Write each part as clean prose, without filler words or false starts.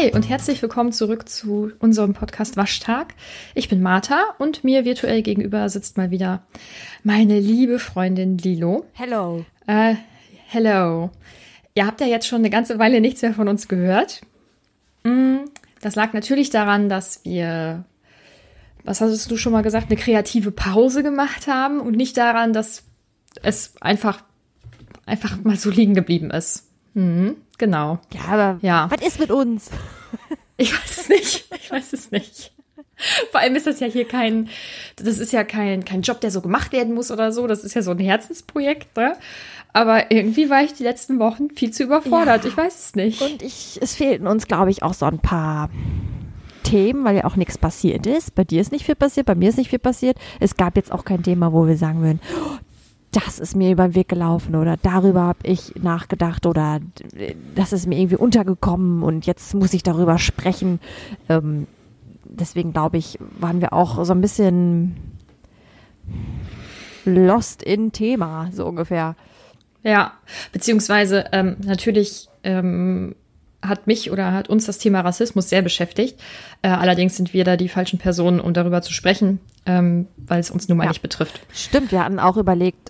Hi und herzlich willkommen zurück zu unserem Podcast Waschtag. Ich bin Martha und mir virtuell gegenüber sitzt mal wieder meine liebe Freundin Lilo. Hello. Hello. Ihr habt ja jetzt schon eine ganze Weile nichts mehr von uns gehört. Das lag natürlich daran, dass wir, was hattest du schon mal gesagt, eine kreative Pause gemacht haben und nicht daran, dass es einfach mal so liegen geblieben ist. Genau. Ja, aber was ist mit uns? Ich weiß es nicht. Vor allem ist das ja hier kein Job, der so gemacht werden muss oder so. Das ist ja so ein Herzensprojekt, ne? Aber irgendwie war ich die letzten Wochen viel zu überfordert. Ja. Ich weiß es nicht. Und es fehlten uns, glaube ich, auch so ein paar Themen, weil ja auch nichts passiert ist. Bei dir ist nicht viel passiert, bei mir ist nicht viel passiert. Es gab jetzt auch kein Thema, wo wir sagen würden, das ist mir über den Weg gelaufen oder darüber habe ich nachgedacht oder das ist mir irgendwie untergekommen und jetzt muss ich darüber sprechen. Deswegen glaube ich, waren wir auch so ein bisschen lost in Thema, so ungefähr. Ja, beziehungsweise natürlich hat uns das Thema Rassismus sehr beschäftigt. Allerdings sind wir da die falschen Personen, um darüber zu sprechen, weil es uns nun mal nicht betrifft. Stimmt, wir hatten auch überlegt,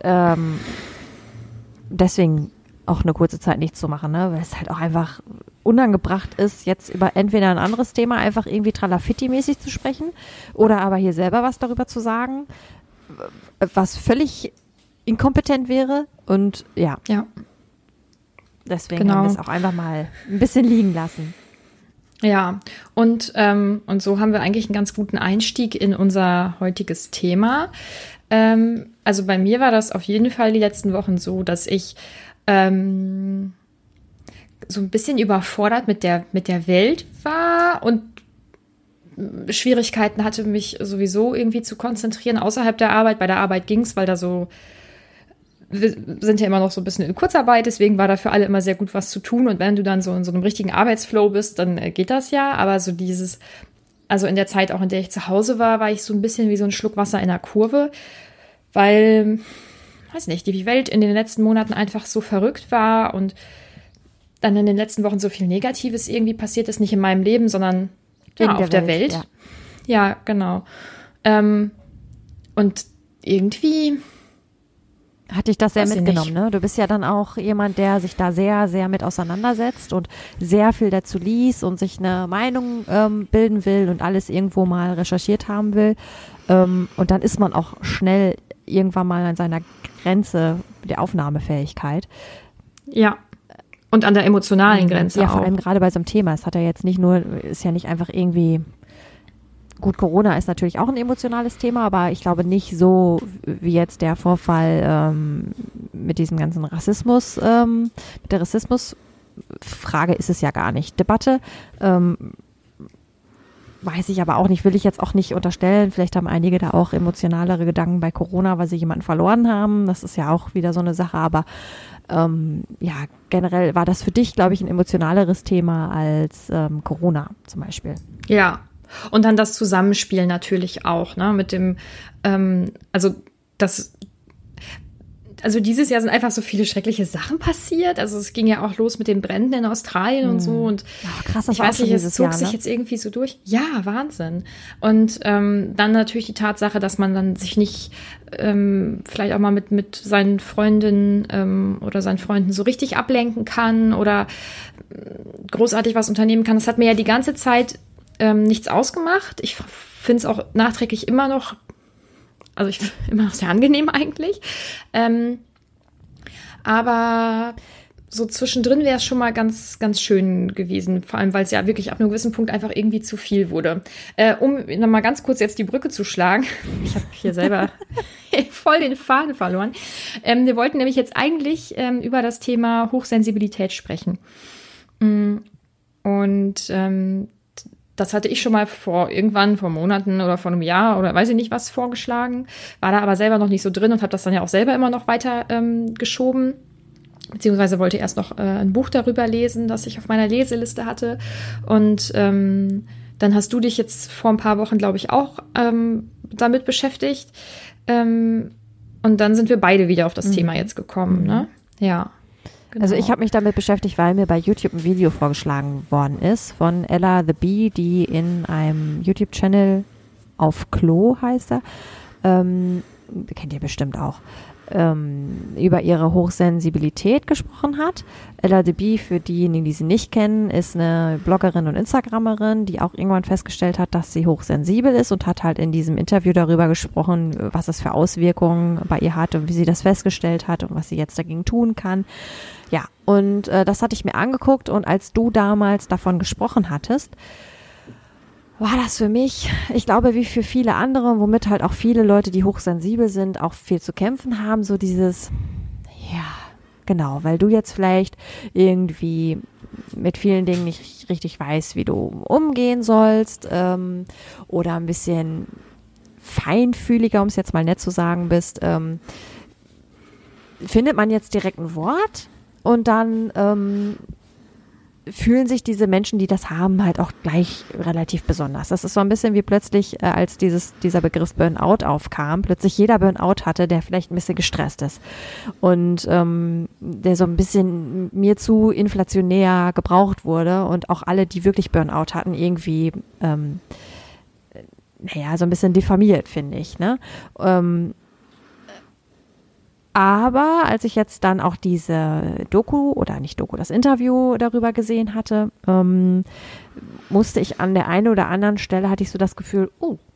deswegen auch eine kurze Zeit nichts zu machen, ne? Weil es halt auch einfach unangebracht ist, jetzt über entweder ein anderes Thema einfach irgendwie Tralafitti-mäßig zu sprechen oder aber hier selber was darüber zu sagen, was völlig inkompetent wäre und ja. Deswegen haben wir es auch einfach mal ein bisschen liegen lassen. Ja, und so haben wir eigentlich einen ganz guten Einstieg in unser heutiges Thema. Also bei mir war das auf jeden Fall die letzten Wochen so, dass ich so ein bisschen überfordert mit der Welt war und Schwierigkeiten hatte, mich sowieso irgendwie zu konzentrieren außerhalb der Arbeit. Bei der Arbeit ging's, weil wir sind ja immer noch so ein bisschen in Kurzarbeit, deswegen war da für alle immer sehr gut was zu tun. Und wenn du dann so in so einem richtigen Arbeitsflow bist, dann geht das ja. Aber so also in der Zeit auch, in der ich zu Hause war ich so ein bisschen wie so ein Schluck Wasser in der Kurve, weil, weiß nicht, die Welt in den letzten Monaten einfach so verrückt war und dann in den letzten Wochen so viel Negatives irgendwie passiert ist, nicht in meinem Leben, sondern auf der Welt. Ja, genau. Und irgendwie hat dich das sehr mitgenommen, ne? Du bist ja dann auch jemand, der sich da sehr, sehr mit auseinandersetzt und sehr viel dazu liest und sich eine Meinung bilden will und alles irgendwo mal recherchiert haben will. Und dann ist man auch schnell irgendwann mal an seiner Grenze der Aufnahmefähigkeit. Ja. Und an der emotionalen Grenze auch. Ja, vor allem gerade bei so einem Thema. Es hat ja jetzt ist ja nicht einfach irgendwie. Gut, Corona ist natürlich auch ein emotionales Thema, aber ich glaube nicht so wie jetzt der Vorfall mit diesem ganzen Rassismus, mit der Rassismusfrage ist es ja gar nicht. Debatte weiß ich aber auch nicht, will ich jetzt auch nicht unterstellen. Vielleicht haben einige da auch emotionalere Gedanken bei Corona, weil sie jemanden verloren haben. Das ist ja auch wieder so eine Sache, aber generell war das für dich, glaube ich, ein emotionaleres Thema als Corona zum Beispiel. Ja. Und dann das Zusammenspiel natürlich auch, ne, mit dem, also dieses Jahr sind einfach so viele schreckliche Sachen passiert. Also es ging ja auch los mit den Bränden in Australien und so. Und krass, das ich weiß nicht, es zog sich ne? jetzt irgendwie so durch. Ja, Wahnsinn. Und dann natürlich die Tatsache, dass man dann sich nicht vielleicht auch mal mit seinen Freundinnen oder seinen Freunden so richtig ablenken kann oder großartig was unternehmen kann. Das hat mir ja die ganze Zeit nichts ausgemacht. Ich finde es auch nachträglich immer noch sehr angenehm eigentlich. Aber so zwischendrin wäre es schon mal ganz, ganz schön gewesen. Vor allem, weil es ja wirklich ab einem gewissen Punkt einfach irgendwie zu viel wurde. Um nochmal ganz kurz jetzt die Brücke zu schlagen. Ich habe hier selber voll den Faden verloren. Wir wollten nämlich jetzt eigentlich über das Thema Hochsensibilität sprechen. Und das hatte ich schon mal vor Monaten oder vor einem Jahr oder weiß ich nicht was vorgeschlagen, war da aber selber noch nicht so drin und habe das dann ja auch selber immer noch weiter geschoben, beziehungsweise wollte erst noch ein Buch darüber lesen, das ich auf meiner Leseliste hatte und dann hast du dich jetzt vor ein paar Wochen, glaube ich, auch damit beschäftigt und dann sind wir beide wieder auf das Thema jetzt gekommen, ne? Ja. Genau. Also ich habe mich damit beschäftigt, weil mir bei YouTube ein Video vorgeschlagen worden ist von Ella the Bee, die in einem YouTube-Channel auf Klo heißt er, kennt ihr bestimmt auch, über ihre Hochsensibilität gesprochen hat. Ella the Bee, für diejenigen, die sie nicht kennen, ist eine Bloggerin und Instagrammerin, die auch irgendwann festgestellt hat, dass sie hochsensibel ist und hat halt in diesem Interview darüber gesprochen, was es für Auswirkungen bei ihr hat und wie sie das festgestellt hat und was sie jetzt dagegen tun kann. Ja, und das hatte ich mir angeguckt und als du damals davon gesprochen hattest, war das für mich, ich glaube, wie für viele andere, womit halt auch viele Leute, die hochsensibel sind, auch viel zu kämpfen haben, so dieses, ja, genau, weil du jetzt vielleicht irgendwie mit vielen Dingen nicht richtig weißt, wie du umgehen sollst, oder ein bisschen feinfühliger, um es jetzt mal nett zu sagen, bist, findet man jetzt direkt ein Wort und dann fühlen sich diese Menschen, die das haben, halt auch gleich relativ besonders. Das ist so ein bisschen wie plötzlich, als dieser Begriff Burnout aufkam, plötzlich jeder Burnout hatte, der vielleicht ein bisschen gestresst ist und der so ein bisschen mir zu inflationär gebraucht wurde und auch alle, die wirklich Burnout hatten, irgendwie so ein bisschen diffamiert, finde ich, ne? Aber als ich jetzt dann auch diese das Interview darüber gesehen hatte, musste ich an der einen oder anderen Stelle, hatte ich so das Gefühl,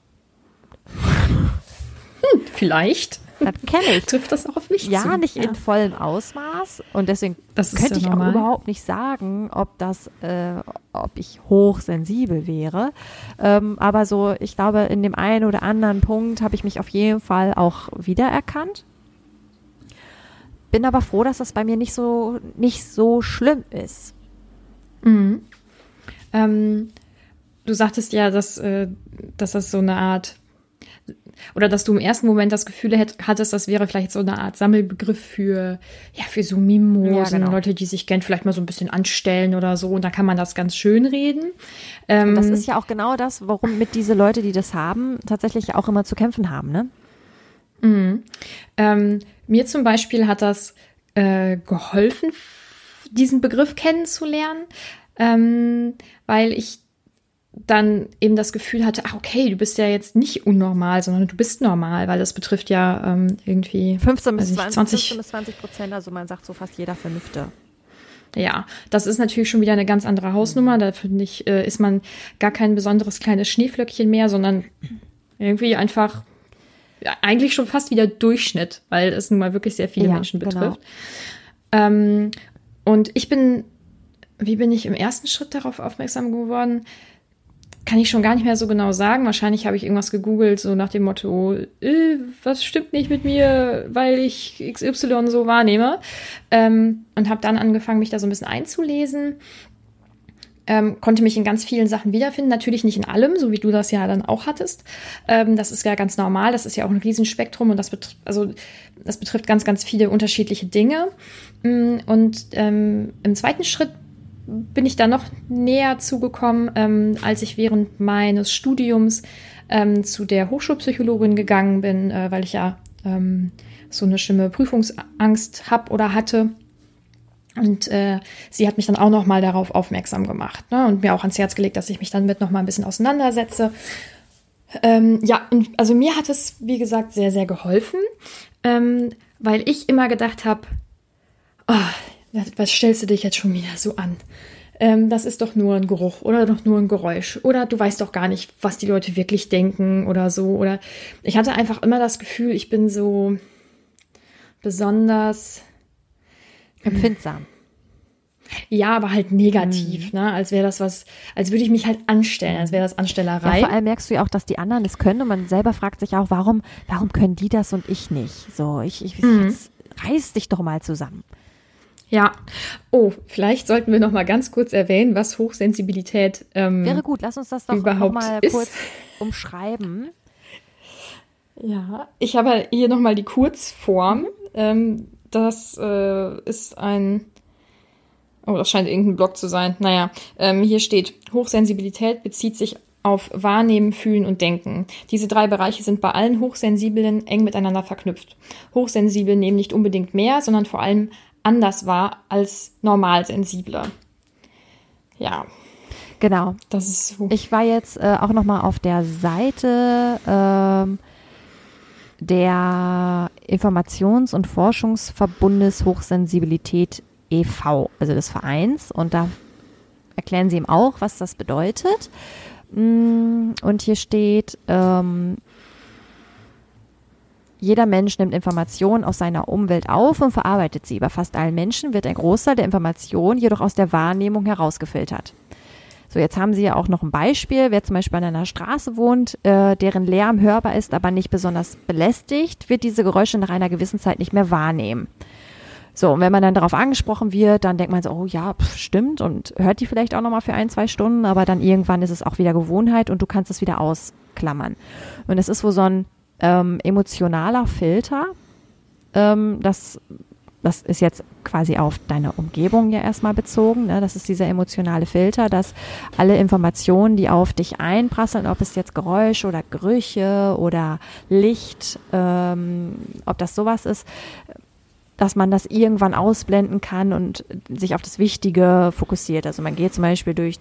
vielleicht. Das kenne ich. Trifft das auch auf mich zu? Ja, nicht in vollem Ausmaß. Und deswegen könnte ich auch überhaupt nicht sagen, ob ich hochsensibel wäre. Aber so, ich glaube, in dem einen oder anderen Punkt habe ich mich auf jeden Fall auch wiedererkannt. Bin aber froh, dass das bei mir nicht so schlimm ist. Mhm. Du sagtest ja, dass das so eine Art, oder dass du im ersten Moment das Gefühl hattest, das wäre vielleicht so eine Art Sammelbegriff für so Mimosen, ja, genau. Leute, die sich gern vielleicht mal so ein bisschen anstellen oder so, und da kann man das ganz schön reden. Und das ist ja auch genau das, warum mit diese Leute, die das haben, tatsächlich auch immer zu kämpfen haben, ne? Mhm. Mir zum Beispiel hat das geholfen, diesen Begriff kennenzulernen, weil ich dann eben das Gefühl hatte, okay, du bist ja jetzt nicht unnormal, sondern du bist normal, weil das betrifft ja irgendwie 15 bis 20%, also man sagt so fast jeder Fünfte. Ja, das ist natürlich schon wieder eine ganz andere Hausnummer. Da finde ich, ist man gar kein besonderes kleines Schneeflöckchen mehr, sondern irgendwie einfach eigentlich schon fast wieder Durchschnitt, weil es nun mal wirklich sehr viele Menschen betrifft. Genau. Und wie bin ich im ersten Schritt darauf aufmerksam geworden? Kann ich schon gar nicht mehr so genau sagen. Wahrscheinlich habe ich irgendwas gegoogelt, so nach dem Motto, was stimmt nicht mit mir, weil ich XY so wahrnehme. Und habe dann angefangen, mich da so ein bisschen einzulesen. Konnte mich in ganz vielen Sachen wiederfinden. Natürlich nicht in allem, so wie du das ja dann auch hattest. Das ist ja ganz normal. Das ist ja auch ein Riesenspektrum und das betrifft ganz, ganz viele unterschiedliche Dinge. Und im zweiten Schritt bin ich da noch näher zugekommen, als ich während meines Studiums zu der Hochschulpsychologin gegangen bin, weil ich ja so eine schlimme Prüfungsangst habe oder hatte. Und sie hat mich dann auch noch mal darauf aufmerksam gemacht, ne, und mir auch ans Herz gelegt, dass ich mich dann mit noch mal ein bisschen auseinandersetze. Und also mir hat es, wie gesagt, sehr, sehr geholfen, weil ich immer gedacht habe, was stellst du dich jetzt schon wieder so an? Das ist doch nur ein Geruch oder doch nur ein Geräusch. Oder du weißt doch gar nicht, was die Leute wirklich denken oder so. Oder ich hatte einfach immer das Gefühl, ich bin so besonders empfindsam. Ja, aber halt negativ, ne? Als wäre das als würde ich mich halt anstellen, als wäre das Anstellerei. Ja, vor allem merkst du ja auch, dass die anderen es können und man selber fragt sich auch, warum können die das und ich nicht? So, jetzt reiß dich doch mal zusammen. Ja. Oh, vielleicht sollten wir noch mal ganz kurz erwähnen, was Hochsensibilität wäre gut, lass uns das doch noch mal kurz umschreiben. Ja, ich habe hier noch mal die Kurzform. Das ist das scheint irgendein Blog zu sein. Naja, hier steht, Hochsensibilität bezieht sich auf Wahrnehmen, Fühlen und Denken. Diese 3 Bereiche sind bei allen Hochsensiblen eng miteinander verknüpft. Hochsensibel nehmen nicht unbedingt mehr, sondern vor allem anders wahr als Normalsensible. Ja. Genau. Das ist so. Ich war jetzt auch nochmal auf der Seite der Informations- und Forschungsverbundes Hochsensibilität e.V., also des Vereins. Und da erklären sie ihm auch, was das bedeutet. Und hier steht, jeder Mensch nimmt Informationen aus seiner Umwelt auf und verarbeitet sie. Bei fast allen Menschen wird ein Großteil der Informationen jedoch aus der Wahrnehmung herausgefiltert. So, jetzt haben Sie ja auch noch ein Beispiel. Wer zum Beispiel an einer Straße wohnt, deren Lärm hörbar ist, aber nicht besonders belästigt, wird diese Geräusche nach einer gewissen Zeit nicht mehr wahrnehmen. So, und wenn man dann darauf angesprochen wird, dann denkt man so, oh ja, stimmt, und hört die vielleicht auch nochmal für 1-2 Stunden, aber dann irgendwann ist es auch wieder Gewohnheit und du kannst es wieder ausklammern. Und es ist wohl so ein emotionaler Filter, das ist jetzt quasi auf deine Umgebung ja erstmal bezogen, ne? Das ist dieser emotionale Filter, dass alle Informationen, die auf dich einprasseln, ob es jetzt Geräusche oder Gerüche oder Licht, ob das sowas ist, dass man das irgendwann ausblenden kann und sich auf das Wichtige fokussiert. Also man geht zum Beispiel durch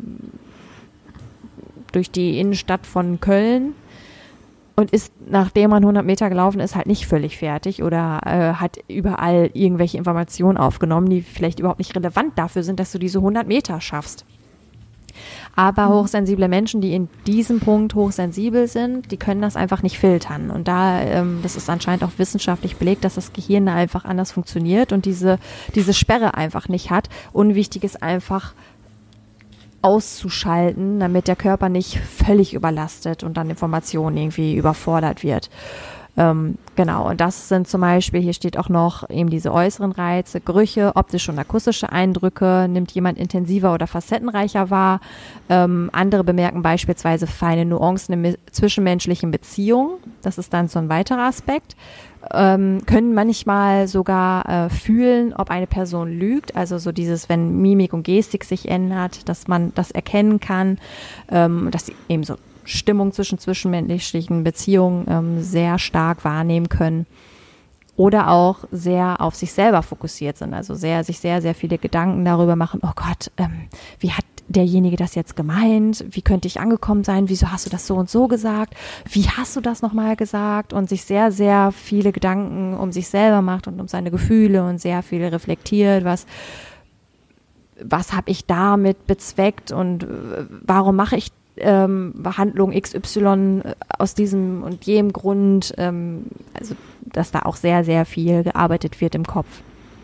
die Innenstadt von Köln und ist, nachdem man 100 Meter gelaufen ist, halt nicht völlig fertig oder hat überall irgendwelche Informationen aufgenommen, die vielleicht überhaupt nicht relevant dafür sind, dass du diese 100 Meter schaffst. Aber hochsensible Menschen, die in diesem Punkt hochsensibel sind, die können das einfach nicht filtern. Und das ist anscheinend auch wissenschaftlich belegt, dass das Gehirn da einfach anders funktioniert und diese Sperre einfach nicht hat. Unwichtig ist einfach auszuschalten, damit der Körper nicht völlig überlastet und dann Informationen irgendwie überfordert wird. Genau, und das sind zum Beispiel, hier steht auch noch eben diese äußeren Reize, Gerüche, optische und akustische Eindrücke, nimmt jemand intensiver oder facettenreicher wahr. Andere bemerken beispielsweise feine Nuancen in zwischenmenschlichen Beziehungen, das ist dann so ein weiterer Aspekt. Können manchmal sogar fühlen, ob eine Person lügt, also so dieses, wenn Mimik und Gestik sich ändert, dass man das erkennen kann, dass sie eben so Stimmung zwischen zwischenmenschlichen Beziehungen sehr stark wahrnehmen können oder auch sehr auf sich selber fokussiert sind, also sich sehr, sehr viele Gedanken darüber machen, oh Gott, wie hat derjenige das jetzt gemeint, wie könnte ich angekommen sein, wieso hast du das so und so gesagt, wie hast du das nochmal gesagt und sich sehr, sehr viele Gedanken um sich selber macht und um seine Gefühle und sehr viel reflektiert, was habe ich damit bezweckt und warum mache ich Handlung XY aus diesem und jenem Grund, also dass da auch sehr, sehr viel gearbeitet wird im Kopf.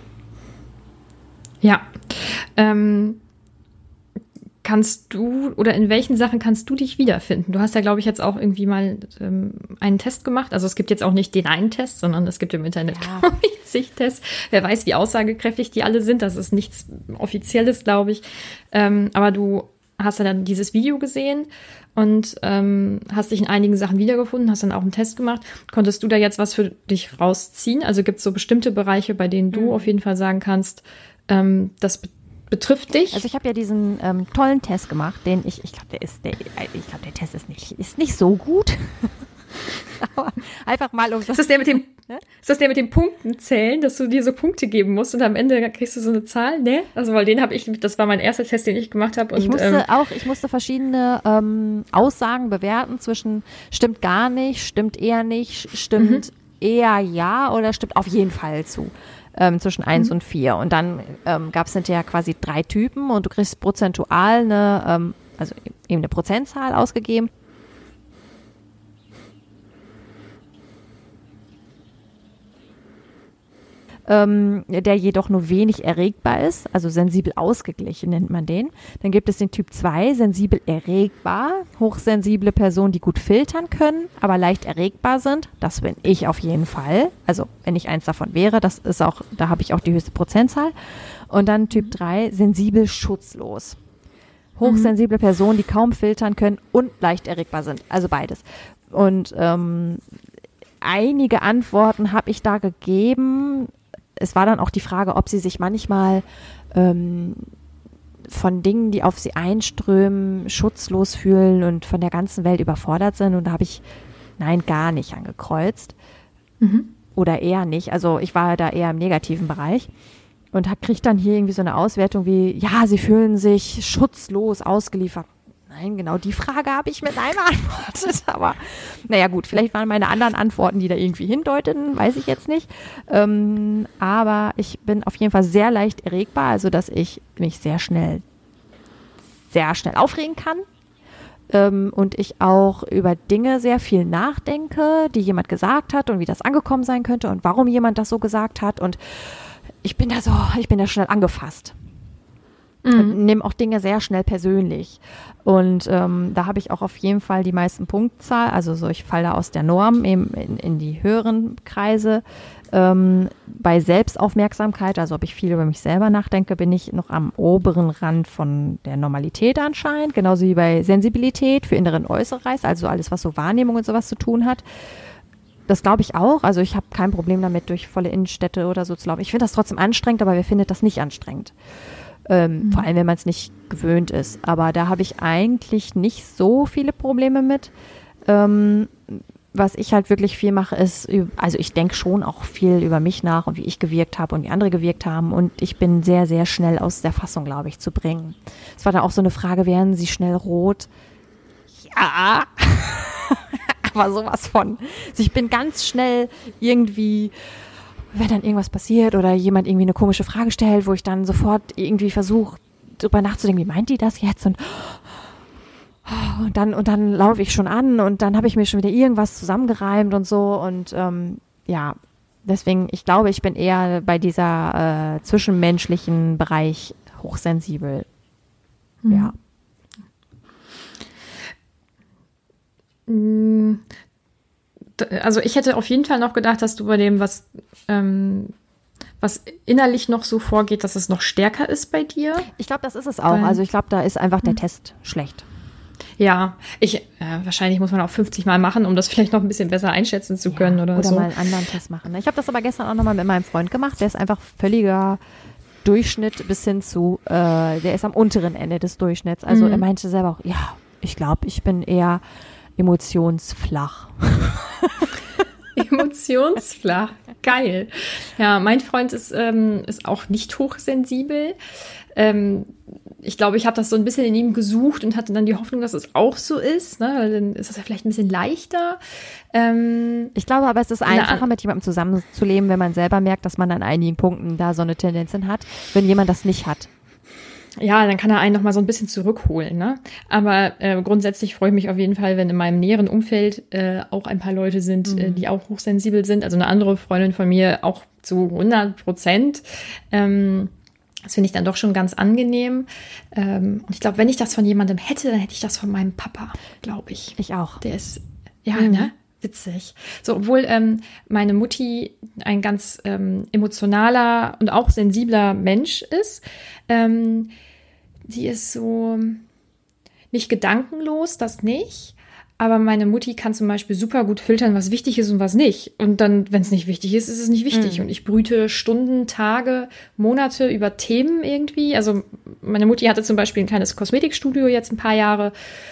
Ja, kannst du oder in welchen Sachen kannst du dich wiederfinden? Du hast ja, glaube ich, jetzt auch irgendwie mal einen Test gemacht. Also es gibt jetzt auch nicht den einen Test, sondern es gibt im Internet, glaube ich, zig Tests. Wer weiß, wie aussagekräftig die alle sind. Das ist nichts Offizielles, glaube ich. Aber du hast ja dann dieses Video gesehen und hast dich in einigen Sachen wiedergefunden, hast dann auch einen Test gemacht. Konntest du da jetzt was für dich rausziehen? Also gibt es so bestimmte Bereiche, bei denen du auf jeden Fall sagen kannst, das betrifft dich? Also ich habe ja diesen tollen Test gemacht, den ich glaube, der Test ist nicht so gut. Aber einfach mal um ist das der mit den Punkten zählen, dass du dir so Punkte geben musst und am Ende kriegst du so eine Zahl? Ne? Also weil das war mein erster Test, den ich gemacht habe. Ich musste verschiedene Aussagen bewerten zwischen stimmt gar nicht, stimmt eher nicht, stimmt eher ja oder stimmt auf jeden Fall zu. Zwischen 1 und 4. Und dann gab es hinterher quasi 3 Typen und du kriegst prozentual also eben eine Prozentzahl ausgegeben. Der jedoch nur wenig erregbar ist, also sensibel ausgeglichen nennt man den. Dann gibt es den Typ 2, sensibel erregbar, hochsensible Personen, die gut filtern können, aber leicht erregbar sind. Das bin ich auf jeden Fall. Also wenn ich eins davon wäre, da habe ich auch die höchste Prozentzahl. Und dann Typ 3, sensibel schutzlos. Hochsensible Personen, die kaum filtern können und leicht erregbar sind. Also beides. Und einige Antworten habe ich da gegeben. Es war dann auch die Frage, ob sie sich manchmal von Dingen, die auf sie einströmen, schutzlos fühlen und von der ganzen Welt überfordert sind. Und da habe ich nein, gar nicht angekreuzt. Oder eher nicht. Also ich war da eher im negativen Bereich. und kriegt dann hier irgendwie so eine Auswertung wie, ja, sie fühlen sich schutzlos ausgeliefert. Nein, genau die Frage habe ich mit Nein beantwortet. Aber naja gut, vielleicht waren meine anderen Antworten, die da irgendwie hindeuteten, weiß ich jetzt nicht. Aber ich bin auf jeden Fall sehr leicht erregbar, also dass ich mich sehr schnell aufregen kann. Und ich auch über Dinge sehr viel nachdenke, die jemand gesagt hat und wie das angekommen sein könnte und warum jemand das so gesagt hat. Und ich bin da schnell angefasst. Und nehme auch Dinge sehr schnell persönlich. Und da habe ich auch auf jeden Fall die meisten Punktzahl, also so, ich falle da aus der Norm eben in die höheren Kreise. Bei Selbstaufmerksamkeit, also ob ich viel über mich selber nachdenke, bin ich noch am oberen Rand von der Normalität anscheinend, genauso wie bei Sensibilität für inneren Äußeres, also alles, was so Wahrnehmung und sowas zu tun hat. Das glaube ich auch. Also ich habe kein Problem damit, durch volle Innenstädte oder so zu laufen. Ich finde das trotzdem anstrengend, aber wer findet das nicht anstrengend? Vor allem, wenn man es nicht gewöhnt ist. Aber da habe ich eigentlich nicht so viele Probleme mit. Was ich halt wirklich viel mache, ist, also ich denke schon auch viel über mich nach und wie ich gewirkt habe und wie andere gewirkt haben. Und ich bin sehr, sehr schnell aus der Fassung, glaube ich, zu bringen. Es war dann auch so eine Frage, werden Sie schnell rot? Ja, aber sowas von. Also ich bin ganz schnell irgendwie, wenn dann irgendwas passiert oder jemand irgendwie eine komische Frage stellt, wo ich dann sofort irgendwie versuche, drüber nachzudenken, wie meint die das jetzt? Und dann laufe ich schon an und dann habe ich mir schon wieder irgendwas zusammengereimt und so. Und ja, deswegen, ich glaube, ich bin eher bei dieser zwischenmenschlichen Bereich hochsensibel. Ja. Also ich hätte auf jeden Fall noch gedacht, dass du bei dem, was innerlich noch so vorgeht, dass es noch stärker ist bei dir. Ich glaube, das ist es auch. Also ich glaube, da ist einfach der Test schlecht. Ja, wahrscheinlich muss man auch 50 Mal machen, um das vielleicht noch ein bisschen besser einschätzen zu können oder so. Oder mal einen anderen Test machen. Ich habe das aber gestern auch nochmal mit meinem Freund gemacht. Der ist einfach völliger Durchschnitt bis hin zu, der ist am unteren Ende des Durchschnitts. Also er meinte selber auch, ja, ich glaube, ich bin eher emotionsflach. Emotionsflach, geil. Ja, mein Freund ist auch nicht hochsensibel. Ich glaube, ich habe das so ein bisschen in ihm gesucht und hatte dann die Hoffnung, dass es auch so ist. Ne? Weil dann ist es ja vielleicht ein bisschen leichter. Ich glaube aber, es ist einfacher, mit jemandem zusammenzuleben, wenn man selber merkt, dass man an einigen Punkten da so eine Tendenz hat, wenn jemand das nicht hat. Ja, dann kann er einen noch mal so ein bisschen zurückholen, ne? Aber grundsätzlich freue ich mich auf jeden Fall, wenn in meinem näheren Umfeld auch ein paar Leute sind, die auch hochsensibel sind. Also eine andere Freundin von mir auch zu 100%. Das finde ich dann doch schon ganz angenehm. Und ich glaube, wenn ich das von jemandem hätte, dann hätte ich das von meinem Papa, glaube ich. Ich auch. Der ist, ne? Witzig. So, obwohl meine Mutti ein ganz emotionaler und auch sensibler Mensch ist. Die ist so nicht gedankenlos, das nicht. Aber meine Mutti kann zum Beispiel super gut filtern, was wichtig ist und was nicht. Und dann, wenn es nicht wichtig ist, ist es nicht wichtig. Und ich brüte Stunden, Tage, Monate über Themen irgendwie. Also meine Mutti hatte zum Beispiel ein kleines Kosmetikstudio jetzt ein paar Jahre,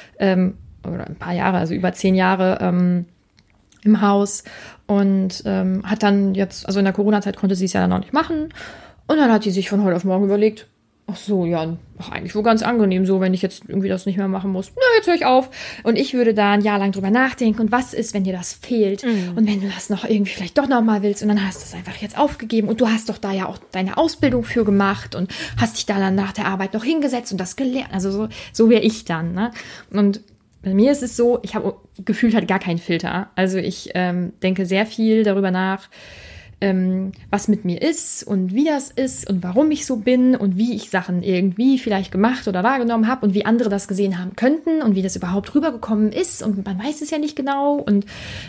also über 10 Jahre im Haus. Und hat dann jetzt, also in der Corona-Zeit konnte sie es ja dann noch nicht machen. Und dann hat die sich von heute auf morgen überlegt, ach so, ja, eigentlich wohl ganz angenehm so, wenn ich jetzt irgendwie das nicht mehr machen muss. Na, jetzt höre ich auf. Und ich würde da ein Jahr lang drüber nachdenken. Und was ist, wenn dir das fehlt? Und wenn du das noch irgendwie vielleicht doch noch mal willst und dann hast du es einfach jetzt aufgegeben und du hast doch da ja auch deine Ausbildung für gemacht und hast dich da dann nach der Arbeit noch hingesetzt und das gelernt. Also so wäre ich dann, ne? Und bei mir ist es so, ich habe gefühlt halt gar keinen Filter. Also ich denke sehr viel darüber nach, was mit mir ist und wie das ist und warum ich so bin und wie ich Sachen irgendwie vielleicht gemacht oder wahrgenommen habe und wie andere das gesehen haben könnten und wie das überhaupt rübergekommen ist und man weiß es ja nicht genau. Und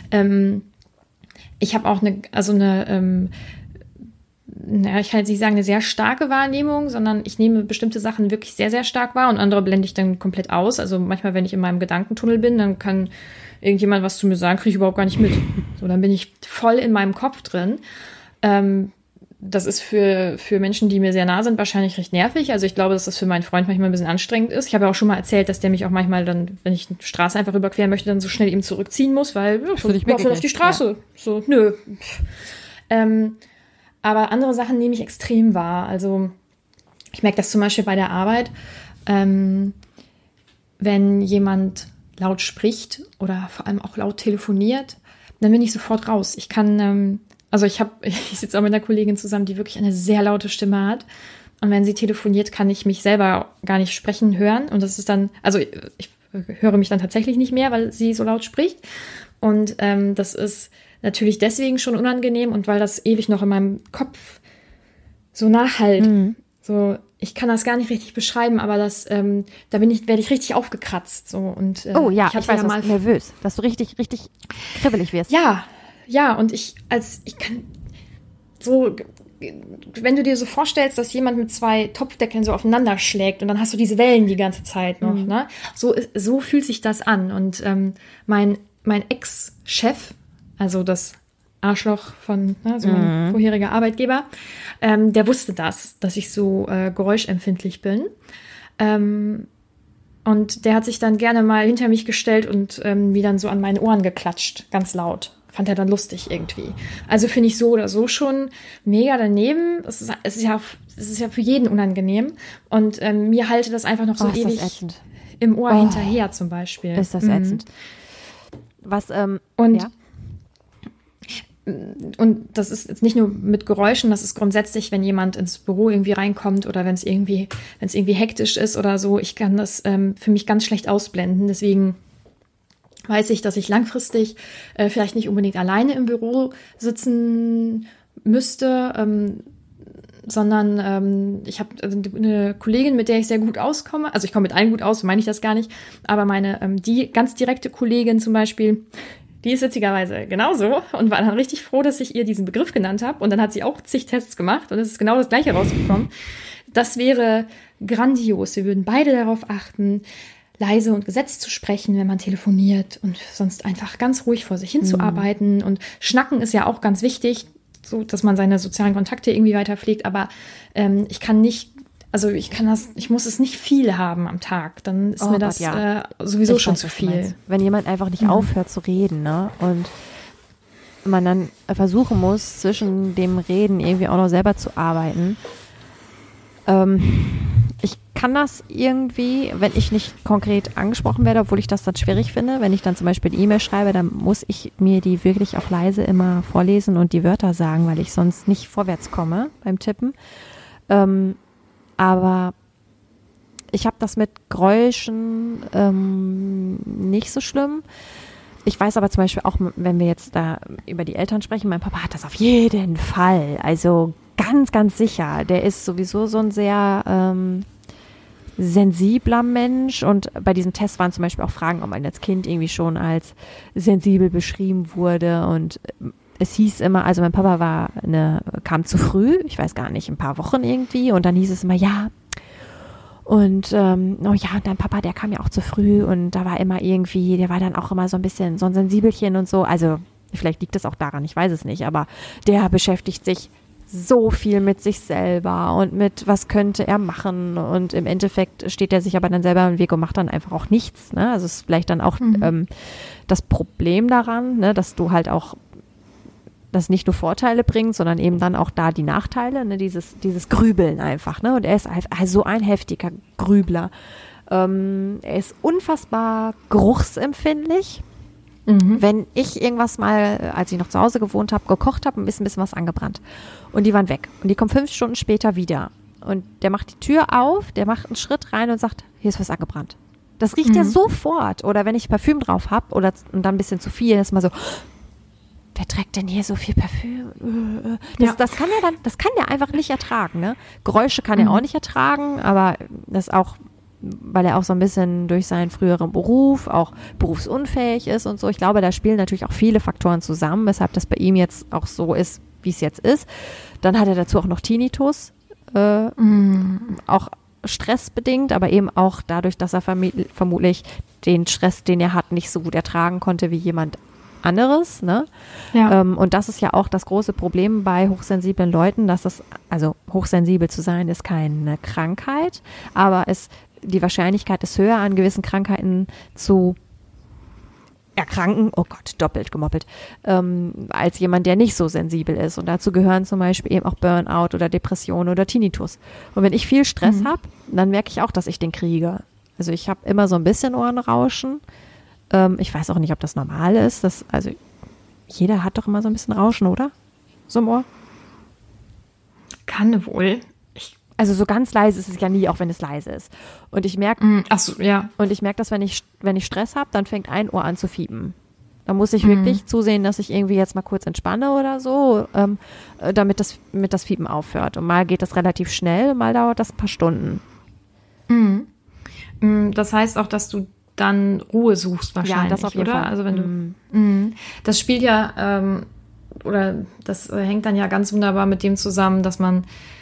ich habe auch ich kann jetzt nicht sagen, eine sehr starke Wahrnehmung, sondern ich nehme bestimmte Sachen wirklich sehr, sehr stark wahr und andere blende ich dann komplett aus. Also manchmal, wenn ich in meinem Gedankentunnel bin, dann kann irgendjemand was zu mir sagen, kriege ich überhaupt gar nicht mit. So, dann bin ich voll in meinem Kopf drin. Das ist für Menschen, die mir sehr nah sind, wahrscheinlich recht nervig. Also ich glaube, dass das für meinen Freund manchmal ein bisschen anstrengend ist. Ich habe ja auch schon mal erzählt, dass der mich auch manchmal dann, wenn ich eine Straße einfach überqueren möchte, dann so schnell eben zurückziehen muss, weil ich laufe auf die Straße. Ja. So, nö. Aber andere Sachen nehme ich extrem wahr. Also ich merke das zum Beispiel bei der Arbeit, wenn jemand laut spricht oder vor allem auch laut telefoniert, dann bin ich sofort raus. Ich kann, ich sitze auch mit einer Kollegin zusammen, die wirklich eine sehr laute Stimme hat. Und wenn sie telefoniert, kann ich mich selber gar nicht sprechen hören. Und das ist dann, also ich höre mich dann tatsächlich nicht mehr, weil sie so laut spricht. Und das ist natürlich deswegen schon unangenehm und weil das ewig noch in meinem Kopf so nachhallt. So, ich kann das gar nicht richtig beschreiben, aber das, werde ich richtig aufgekratzt. So. Und, oh ja, ich weiß, mal nervös, dass du richtig, richtig kribbelig wirst. Ja, und ich kann so, wenn du dir so vorstellst, dass jemand mit 2 Topfdeckeln so aufeinander schlägt und dann hast du diese Wellen die ganze Zeit noch, ne? So fühlt sich das an. Und mein Ex-Chef, also das Arschloch von so mein vorheriger Arbeitgeber, der wusste dass ich so geräuschempfindlich bin. Und der hat sich dann gerne mal hinter mich gestellt und mir dann so an meine Ohren geklatscht, ganz laut. Fand er dann lustig irgendwie. Also finde ich so oder so schon mega daneben. Es ist ja für jeden unangenehm. Und mir halte das einfach noch so ewig im Ohr hinterher zum Beispiel. Ist das ätzend. Was, Und das ist jetzt nicht nur mit Geräuschen, das ist grundsätzlich, wenn jemand ins Büro irgendwie reinkommt oder wenn es irgendwie hektisch ist oder so. Ich kann das für mich ganz schlecht ausblenden. Deswegen weiß ich, dass ich langfristig vielleicht nicht unbedingt alleine im Büro sitzen müsste, sondern ich habe eine Kollegin, mit der ich sehr gut auskomme. Also ich komme mit allen gut aus, so meine ich das gar nicht. Aber meine die ganz direkte Kollegin zum Beispiel, die ist witzigerweise genauso und war dann richtig froh, dass ich ihr diesen Begriff genannt habe. Und dann hat sie auch zig Tests gemacht und es ist genau das Gleiche rausgekommen. Das wäre grandios. Wir würden beide darauf achten, leise und gesetzt zu sprechen, wenn man telefoniert und sonst einfach ganz ruhig vor sich hinzuarbeiten. Und Schnacken ist ja auch ganz wichtig, so dass man seine sozialen Kontakte irgendwie weiter pflegt. Aber ich muss es nicht viel haben am Tag. Dann ist mir das sowieso schon zu viel. Wenn jemand einfach nicht aufhört zu reden, ne? Und man dann versuchen muss, zwischen dem Reden irgendwie auch noch selber zu arbeiten. Ich kann das irgendwie, wenn ich nicht konkret angesprochen werde, obwohl ich das dann schwierig finde, wenn ich dann zum Beispiel eine E-Mail schreibe, dann muss ich mir die wirklich auch leise immer vorlesen und die Wörter sagen, weil ich sonst nicht vorwärts komme beim Tippen. Aber ich habe das mit Geräuschen nicht so schlimm. Ich weiß aber zum Beispiel auch, wenn wir jetzt da über die Eltern sprechen, mein Papa hat das auf jeden Fall. Also ganz, ganz sicher. Der ist sowieso so ein sehr sensibler Mensch. Und bei diesem Test waren zum Beispiel auch Fragen, ob man als Kind irgendwie schon als sensibel beschrieben wurde. Und es hieß immer, also mein Papa kam zu früh, ich weiß gar nicht, ein paar Wochen irgendwie. Und dann hieß es immer, ja. Und dein Papa, der kam ja auch zu früh und da war immer irgendwie, der war dann auch immer so ein bisschen so ein Sensibelchen und so. Also vielleicht liegt das auch daran, ich weiß es nicht, aber der beschäftigt sich so viel mit sich selber und mit, was könnte er machen, und im Endeffekt steht er sich aber dann selber im Weg und macht dann einfach auch nichts, ne? Also es ist vielleicht dann auch das Problem daran, ne, dass du halt auch das nicht nur Vorteile bringt, sondern eben dann auch da die Nachteile, ne, dieses Grübeln einfach, ne? Und er ist einfach so ein heftiger Grübler. Er ist unfassbar geruchsempfindlich. Wenn ich irgendwas mal, als ich noch zu Hause gewohnt habe, gekocht habe, ist ein bisschen was angebrannt. Und die waren weg. Und die kommen 5 Stunden später wieder. Und der macht die Tür auf, der macht einen Schritt rein und sagt, hier ist was angebrannt. Das riecht er sofort. Oder wenn ich Parfüm drauf habe und dann ein bisschen zu viel, ist mal so, wer trägt denn hier so viel Parfüm? Das kann er einfach nicht ertragen, ne? Geräusche kann er auch nicht ertragen, aber das auch, weil er auch so ein bisschen durch seinen früheren Beruf auch berufsunfähig ist und so. Ich glaube, da spielen natürlich auch viele Faktoren zusammen, weshalb das bei ihm jetzt auch so ist, wie es jetzt ist. Dann hat er dazu auch noch Tinnitus, auch stressbedingt, aber eben auch dadurch, dass er vermutlich den Stress, den er hat, nicht so gut ertragen konnte wie jemand anderes, ne? Ja. Und das ist ja auch das große Problem bei hochsensiblen Leuten, also hochsensibel zu sein ist keine Krankheit, aber die Wahrscheinlichkeit ist höher, an gewissen Krankheiten zu erkranken, oh Gott, doppelt gemoppelt, als jemand, der nicht so sensibel ist. Und dazu gehören zum Beispiel eben auch Burnout oder Depression oder Tinnitus. Und wenn ich viel Stress habe, dann merke ich auch, dass ich den kriege. Also ich habe immer so ein bisschen Ohrenrauschen. Ich weiß auch nicht, ob das normal ist. Also jeder hat doch immer so ein bisschen Rauschen, oder? So im Ohr. Kann wohl. Also so ganz leise ist es ja nie, auch wenn es leise ist. Und ich merke, ja. Und ich merke, dass wenn ich Stress habe, dann fängt ein Ohr an zu fiepen. Da muss ich wirklich zusehen, dass ich irgendwie jetzt mal kurz entspanne oder so, damit das Fiepen aufhört. Und mal geht das relativ schnell, mal dauert das ein paar Stunden. Das heißt auch, dass du dann Ruhe suchst wahrscheinlich, ja, das auf jeden oder? Fall. Also wenn du, das spielt ja, oder das hängt dann ja ganz wunderbar mit dem zusammen, dass man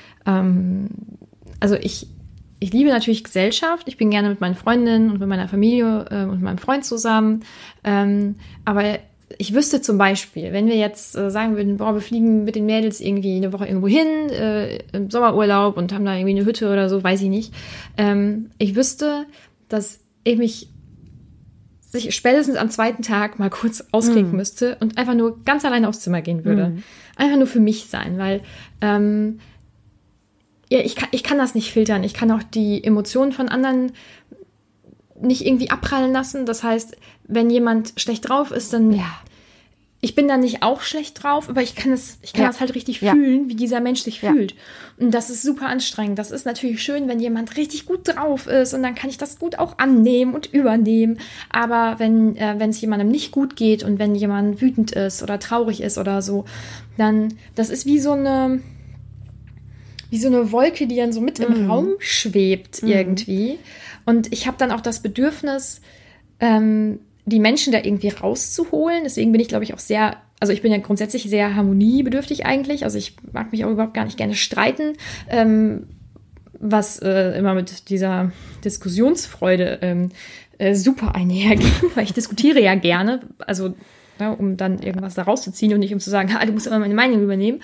also ich liebe natürlich Gesellschaft. Ich bin gerne mit meinen Freundinnen und mit meiner Familie und mit meinem Freund zusammen. Aber ich wüsste zum Beispiel, wenn wir jetzt sagen würden, boah, wir fliegen mit den Mädels irgendwie eine Woche irgendwo hin, im Sommerurlaub und haben da irgendwie eine Hütte oder so, weiß ich nicht. Ich wüsste, dass ich mich spätestens am zweiten Tag mal kurz ausklinken müsste und einfach nur ganz alleine aufs Zimmer gehen würde. Einfach nur für mich sein, weil ja, ich kann das nicht filtern. Ich kann auch die Emotionen von anderen nicht irgendwie abprallen lassen. Das heißt, wenn jemand schlecht drauf ist, dann ich bin dann nicht auch schlecht drauf, aber ich kann das halt richtig fühlen, wie dieser Mensch sich fühlt. Und das ist super anstrengend. Das ist natürlich schön, wenn jemand richtig gut drauf ist und dann kann ich das gut auch annehmen und übernehmen. Aber wenn es jemandem nicht gut geht und wenn jemand wütend ist oder traurig ist oder so, dann das ist wie so eine Wolke, die dann so mit im Raum schwebt irgendwie. Und ich habe dann auch das Bedürfnis, die Menschen da irgendwie rauszuholen. Deswegen bin ich, glaube ich, auch ich bin ja grundsätzlich sehr harmoniebedürftig eigentlich. Also ich mag mich auch überhaupt gar nicht gerne streiten, was immer mit dieser Diskussionsfreude super einhergeht, weil ich diskutiere ja gerne, also um dann irgendwas da rauszuziehen und nicht um zu sagen, du musst immer meine Meinung übernehmen.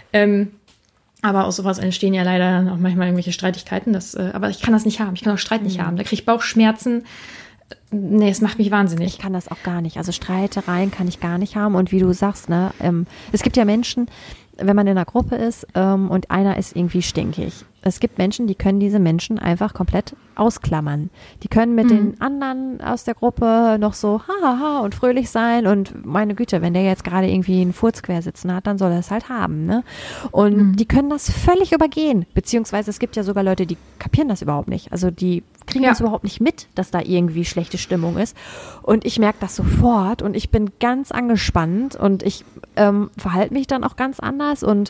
Aber aus sowas entstehen ja leider dann auch manchmal irgendwelche Streitigkeiten. Aber ich kann das nicht haben. Ich kann auch Streit nicht haben. Da kriege ich Bauchschmerzen. Nee, es macht mich wahnsinnig. Ich kann das auch gar nicht. Also Streitereien kann ich gar nicht haben. Und wie du sagst, ne, es gibt ja Menschen, wenn man in einer Gruppe ist und einer ist irgendwie stinkig. Es gibt Menschen, die können diese Menschen einfach komplett ausklammern. Die können mit den anderen aus der Gruppe noch so hahaha und fröhlich sein und meine Güte, wenn der jetzt gerade irgendwie einen Furz quer sitzen hat, dann soll er es halt haben, ne? Und die können das völlig übergehen, beziehungsweise es gibt ja sogar Leute, die kapieren das überhaupt nicht. Also die kriegen das überhaupt nicht mit, dass da irgendwie schlechte Stimmung ist. Und ich merke das sofort und ich bin ganz angespannt und ich verhalte mich dann auch ganz anders und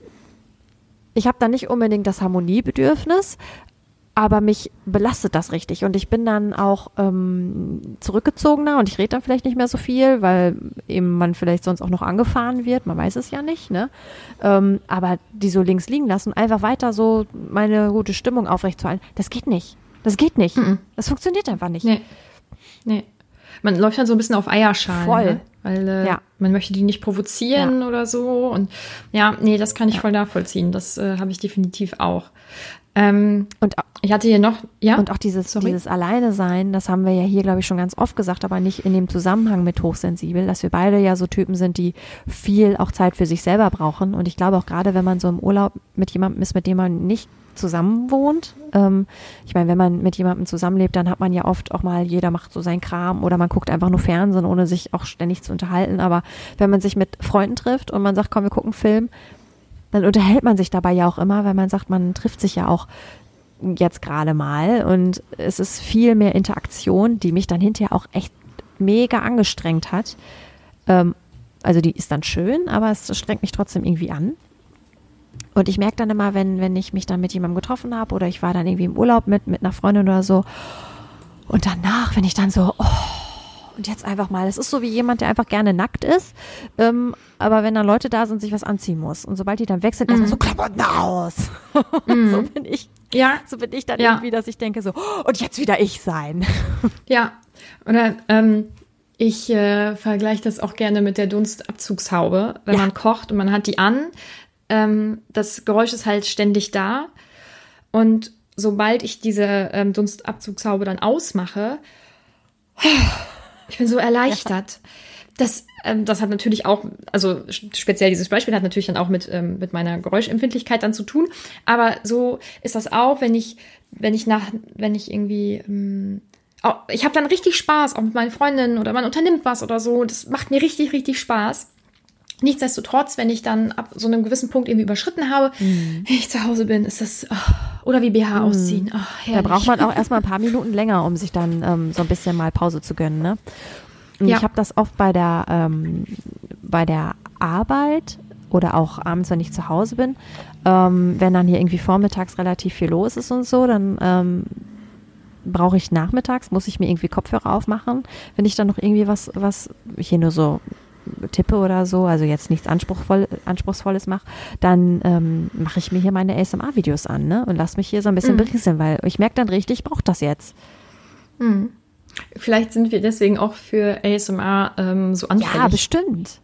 ich habe dann nicht unbedingt das Harmoniebedürfnis, aber mich belastet das richtig und ich bin dann auch zurückgezogener und ich rede dann vielleicht nicht mehr so viel, weil eben man vielleicht sonst auch noch angefahren wird, man weiß es ja nicht, ne? Aber die so links liegen lassen und einfach weiter so meine gute Stimmung aufrechtzuerhalten, das geht nicht. Das geht nicht. Das funktioniert einfach nicht. Nee. Man läuft dann so ein bisschen auf Eierschalen. Voll. Ne? Weil man möchte die nicht provozieren oder so. Und das kann ich voll nachvollziehen. Das habe ich definitiv auch. Und ich hatte hier noch, Und auch dieses Alleine sein, das haben wir ja hier, glaube ich, schon ganz oft gesagt, aber nicht in dem Zusammenhang mit hochsensibel, dass wir beide ja so Typen sind, die viel auch Zeit für sich selber brauchen. Und ich glaube auch gerade, wenn man so im Urlaub mit jemandem ist, mit dem man nicht zusammen wohnt. Ich meine, wenn man mit jemandem zusammenlebt, dann hat man ja oft auch mal, jeder macht so seinen Kram oder man guckt einfach nur Fernsehen, ohne sich auch ständig zu unterhalten. Aber wenn man sich mit Freunden trifft und man sagt, komm, wir gucken einen Film, dann unterhält man sich dabei ja auch immer, weil man sagt, man trifft sich ja auch jetzt gerade mal und es ist viel mehr Interaktion, die mich dann hinterher auch echt mega angestrengt hat. Also die ist dann schön, aber es strengt mich trotzdem irgendwie an. Und ich merke dann immer, wenn ich mich dann mit jemandem getroffen habe oder ich war dann irgendwie im Urlaub mit einer Freundin oder so und danach, wenn ich dann so, und jetzt einfach mal, es ist so wie jemand, der einfach gerne nackt ist, aber wenn dann Leute da sind, sich was anziehen muss. Und sobald die dann weg sind, erstmal so Klamotten aus. So bin ich. Ja. So bin ich dann irgendwie, dass ich denke so, und jetzt wieder ich sein. Ja. Oder ich vergleiche das auch gerne mit der Dunstabzugshaube. Wenn man kocht und man hat die an, das Geräusch ist halt ständig da. Und sobald ich diese Dunstabzugshaube dann ausmache, Ich bin so erleichtert. Das hat natürlich auch, also speziell dieses Beispiel hat natürlich dann auch mit meiner Geräuschempfindlichkeit dann zu tun. Aber so ist das auch, wenn ich irgendwie, ich habe dann richtig Spaß, auch mit meinen Freundinnen oder man unternimmt was oder so. Das macht mir richtig, richtig Spaß. Nichtsdestotrotz, wenn ich dann ab so einem gewissen Punkt irgendwie überschritten habe, wenn ich zu Hause bin, ist das, oder wie BH ausziehen. Da braucht man auch erstmal ein paar Minuten länger, um sich dann so ein bisschen mal Pause zu gönnen, ne? Und ich habe das oft bei der Arbeit oder auch abends, wenn ich zu Hause bin, wenn dann hier irgendwie vormittags relativ viel los ist und so, dann brauche ich nachmittags, muss ich mir irgendwie Kopfhörer aufmachen. Wenn ich dann noch irgendwie was hier nur so tippe oder so, also jetzt nichts Anspruchsvolles mache, dann mache ich mir hier meine ASMR-Videos an, ne? Und lasse mich hier so ein bisschen berieseln, weil ich merke dann richtig, ich brauche das jetzt. Vielleicht sind wir deswegen auch für ASMR so anfällig. Ja, bestimmt.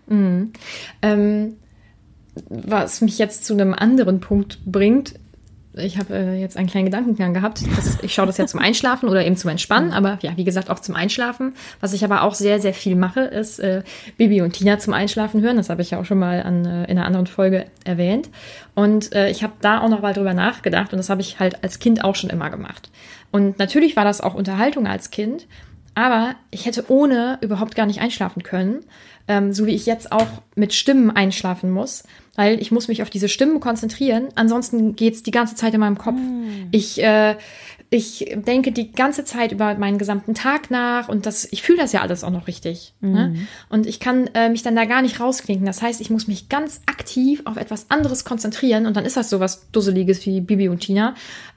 Was mich jetzt zu einem anderen Punkt bringt, ich habe jetzt einen kleinen Gedankengang gehabt. Ich schaue das ja zum Einschlafen oder eben zum Entspannen, aber ja, wie gesagt, auch zum Einschlafen. Was ich aber auch sehr, sehr viel mache, ist Bibi und Tina zum Einschlafen hören. Das habe ich ja auch schon mal in einer anderen Folge erwähnt. Und ich habe da auch noch mal drüber nachgedacht und das habe ich halt als Kind auch schon immer gemacht. Und natürlich war das auch Unterhaltung als Kind, aber ich hätte ohne überhaupt gar nicht einschlafen können, so wie ich jetzt auch mit Stimmen einschlafen muss, weil ich muss mich auf diese Stimmen konzentrieren, ansonsten geht's die ganze Zeit in meinem Kopf. Ich denke die ganze Zeit über meinen gesamten Tag nach und ich fühle das ja alles auch noch richtig. Ne? Und ich kann mich dann da gar nicht rausklinken. Das heißt, ich muss mich ganz aktiv auf etwas anderes konzentrieren und dann ist das sowas Dusseliges wie Bibi und Tina,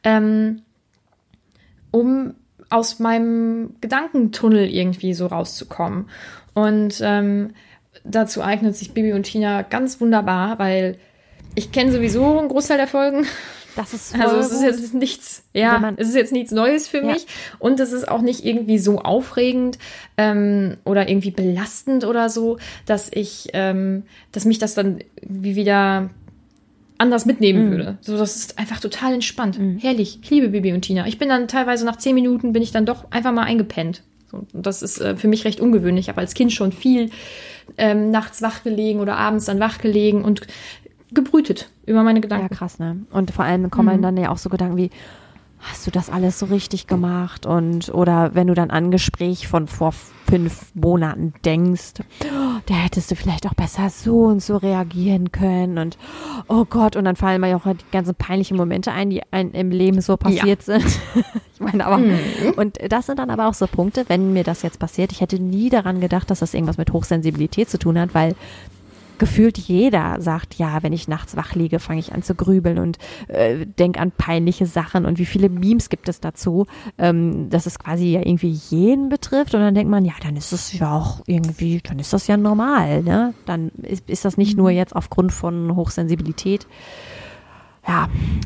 um aus meinem Gedankentunnel irgendwie so rauszukommen. Und dazu eignet sich Bibi und Tina ganz wunderbar, weil ich kenne sowieso einen Großteil der Folgen. Das ist voll also es ist jetzt nichts, es ist jetzt nichts Neues für mich und es ist auch nicht irgendwie so aufregend oder irgendwie belastend oder so, dass mich das dann wie wieder anders mitnehmen würde. So, das ist einfach total entspannt. Herrlich. Ich liebe Bibi und Tina. Ich bin dann teilweise nach 10 Minuten bin ich dann doch einfach mal eingepennt. So, und das ist für mich recht ungewöhnlich. Ich habe als Kind schon viel nachts wach gelegen oder abends dann wach gelegen und gebrütet über meine Gedanken. Ja, krass, ne? Und vor allem kommen dann ja auch so Gedanken wie, hast du das alles so richtig gemacht? Oder wenn du dann an ein Gespräch von vor 5 Monaten denkst, da hättest du vielleicht auch besser so und so reagieren können und oh Gott, und dann fallen mir ja auch die ganzen peinlichen Momente ein, die einem im Leben so passiert sind. Ich meine, aber, und das sind dann aber auch so Punkte, wenn mir das jetzt passiert, ich hätte nie daran gedacht, dass das irgendwas mit Hochsensibilität zu tun hat, weil gefühlt jeder sagt, ja, wenn ich nachts wach liege, fange ich an zu grübeln und denke an peinliche Sachen und wie viele Memes gibt es dazu, dass es quasi ja irgendwie jeden betrifft und dann denkt man, ja, dann ist es ja auch irgendwie, dann ist das ja normal, ne? Dann ist das nicht nur jetzt aufgrund von Hochsensibilität. Ja,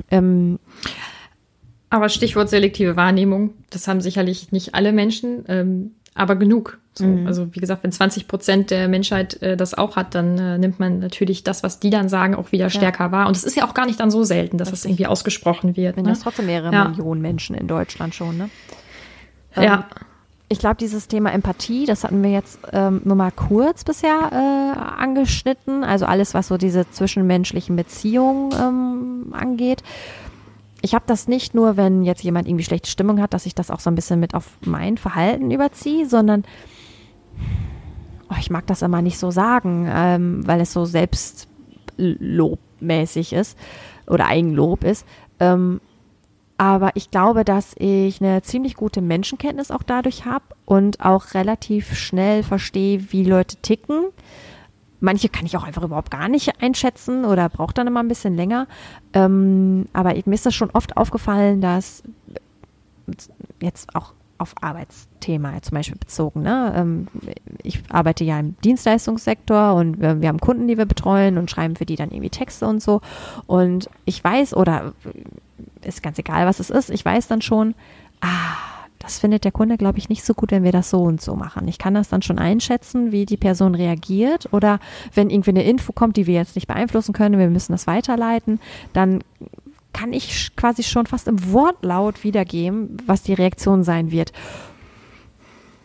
aber Stichwort selektive Wahrnehmung, das haben sicherlich nicht alle Menschen, aber genug. So, also wie gesagt, wenn 20% der Menschheit das auch hat, dann nimmt man natürlich das, was die dann sagen, auch wieder stärker wahr. Und es ist ja auch gar nicht dann so selten, dass das irgendwie ausgesprochen wird. Wenn das trotzdem mehrere Millionen Menschen in Deutschland schon, ne? Ja. Ich glaube, dieses Thema Empathie, das hatten wir jetzt nur mal kurz bisher angeschnitten. Also alles, was so diese zwischenmenschlichen Beziehungen angeht. Ich habe das nicht nur, wenn jetzt jemand irgendwie schlechte Stimmung hat, dass ich das auch so ein bisschen mit auf mein Verhalten überziehe, sondern ich mag das immer nicht so sagen, weil es so selbstlobmäßig ist oder Eigenlob ist. Aber ich glaube, dass ich eine ziemlich gute Menschenkenntnis auch dadurch habe und auch relativ schnell verstehe, wie Leute ticken. Manche kann ich auch einfach überhaupt gar nicht einschätzen oder braucht dann immer ein bisschen länger. Aber mir ist das schon oft aufgefallen, dass jetzt auch auf Arbeitsthema zum Beispiel bezogen, ne? Ich arbeite ja im Dienstleistungssektor und wir haben Kunden, die wir betreuen und schreiben für die dann irgendwie Texte und so. Und ich weiß, oder ist ganz egal, was es ist, ich weiß dann schon, das findet der Kunde, glaube ich, nicht so gut, wenn wir das so und so machen. Ich kann das dann schon einschätzen, wie die Person reagiert oder wenn irgendwie eine Info kommt, die wir jetzt nicht beeinflussen können, wir müssen das weiterleiten, dann kann ich quasi schon fast im Wortlaut wiedergeben, was die Reaktion sein wird.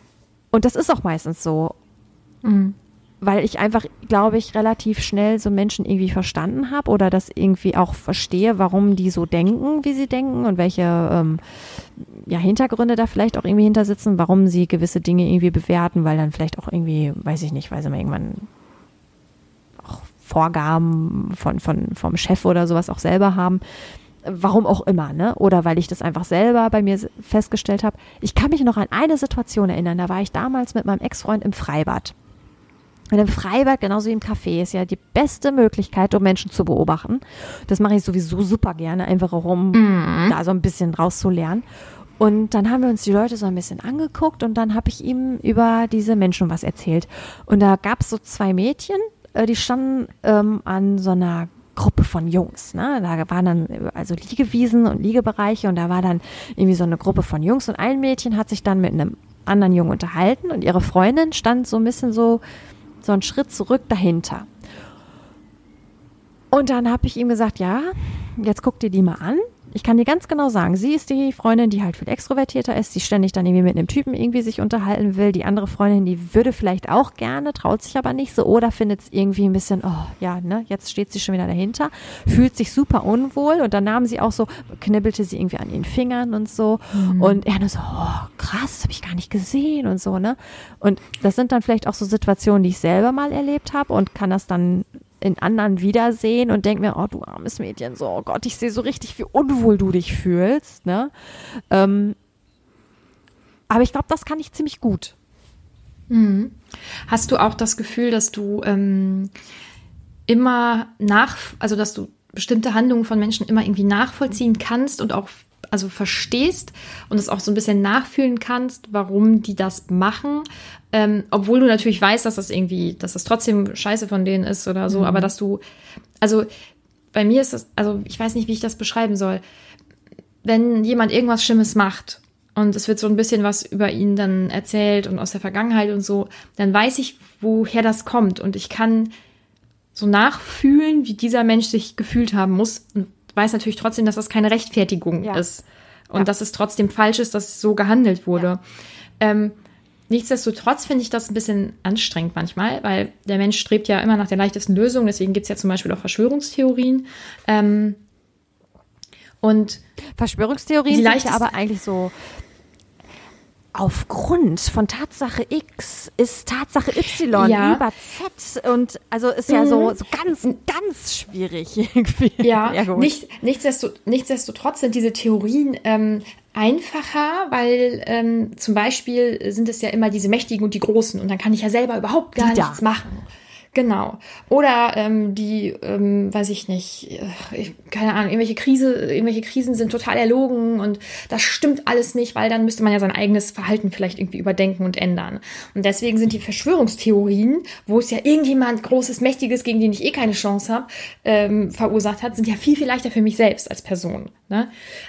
Und das ist auch meistens so. Weil ich einfach, glaube ich, relativ schnell so Menschen irgendwie verstanden habe oder das irgendwie auch verstehe, warum die so denken, wie sie denken und welche Hintergründe da vielleicht auch irgendwie hinter sitzen, warum sie gewisse Dinge irgendwie bewerten, weil dann vielleicht auch irgendwie, weiß ich nicht, weil sie mal irgendwann auch Vorgaben vom Chef oder sowas auch selber haben. Warum auch immer, ne? Oder weil ich das einfach selber bei mir festgestellt habe. Ich kann mich noch an eine Situation erinnern, da war ich damals mit meinem Ex-Freund im Freibad. Und im Freibad, genauso wie im Café, ist ja die beste Möglichkeit, um Menschen zu beobachten. Das mache ich sowieso super gerne, einfach auch um da so ein bisschen rauszulernen. Und dann haben wir uns die Leute so ein bisschen angeguckt und dann habe ich ihm über diese Menschen was erzählt. Und da gab es so 2 Mädchen, die standen an so einer Gruppe von Jungs, ne? Da waren dann also Liegewiesen und Liegebereiche und da war dann irgendwie so eine Gruppe von Jungs und ein Mädchen hat sich dann mit einem anderen Jungen unterhalten und ihre Freundin stand so ein bisschen so einen Schritt zurück dahinter. Und dann habe ich ihm gesagt, ja, jetzt guck dir die mal an. Ich kann dir ganz genau sagen, sie ist die Freundin, die halt viel extrovertierter ist, die ständig dann irgendwie mit einem Typen irgendwie sich unterhalten will. Die andere Freundin, die würde vielleicht auch gerne, traut sich aber nicht so oder findet es irgendwie ein bisschen, oh ja, ne, jetzt steht sie schon wieder dahinter, fühlt sich super unwohl und dann nahm sie auch so, knibbelte sie irgendwie an ihren Fingern und so und er nur so, oh krass, habe ich gar nicht gesehen und so, ne. Und das sind dann vielleicht auch so Situationen, die ich selber mal erlebt habe und kann das dann in anderen wiedersehen und denke mir, oh du armes Mädchen, so, oh Gott, ich sehe so richtig, wie unwohl du dich fühlst, ne? Aber ich glaube, das kann ich ziemlich gut. Hast du auch das Gefühl, dass du also dass du bestimmte Handlungen von Menschen immer irgendwie nachvollziehen kannst und auch also verstehst und es auch so ein bisschen nachfühlen kannst, warum die das machen, obwohl du natürlich weißt, dass das trotzdem Scheiße von denen ist oder so, aber dass du, also bei mir ist das, also ich weiß nicht, wie ich das beschreiben soll, wenn jemand irgendwas Schlimmes macht und es wird so ein bisschen was über ihn dann erzählt und aus der Vergangenheit und so, dann weiß ich, woher das kommt und ich kann so nachfühlen, wie dieser Mensch sich gefühlt haben muss und weiß natürlich trotzdem, dass das keine Rechtfertigung ist und dass es trotzdem falsch ist, dass so gehandelt wurde. Nichtsdestotrotz finde ich das ein bisschen anstrengend manchmal, weil der Mensch strebt ja immer nach der leichtesten Lösung. Deswegen gibt es ja zum Beispiel auch Verschwörungstheorien. Und Verschwörungstheorien sind ja aber eigentlich so aufgrund von Tatsache X ist Tatsache Y über Z und also ist ja so ganz, ganz schwierig irgendwie. Ja, nichtsdestotrotz sind diese Theorien einfacher, weil zum Beispiel sind es ja immer diese Mächtigen und die Großen und dann kann ich ja selber überhaupt gar nichts machen. Genau. Oder weiß ich nicht, keine Ahnung, irgendwelche Krisen sind total erlogen und das stimmt alles nicht, weil dann müsste man ja sein eigenes Verhalten vielleicht irgendwie überdenken und ändern. Und deswegen sind die Verschwörungstheorien, wo es ja irgendjemand Großes, Mächtiges, gegen den ich keine Chance habe, verursacht hat, sind ja viel, viel leichter für mich selbst als Person. Ne?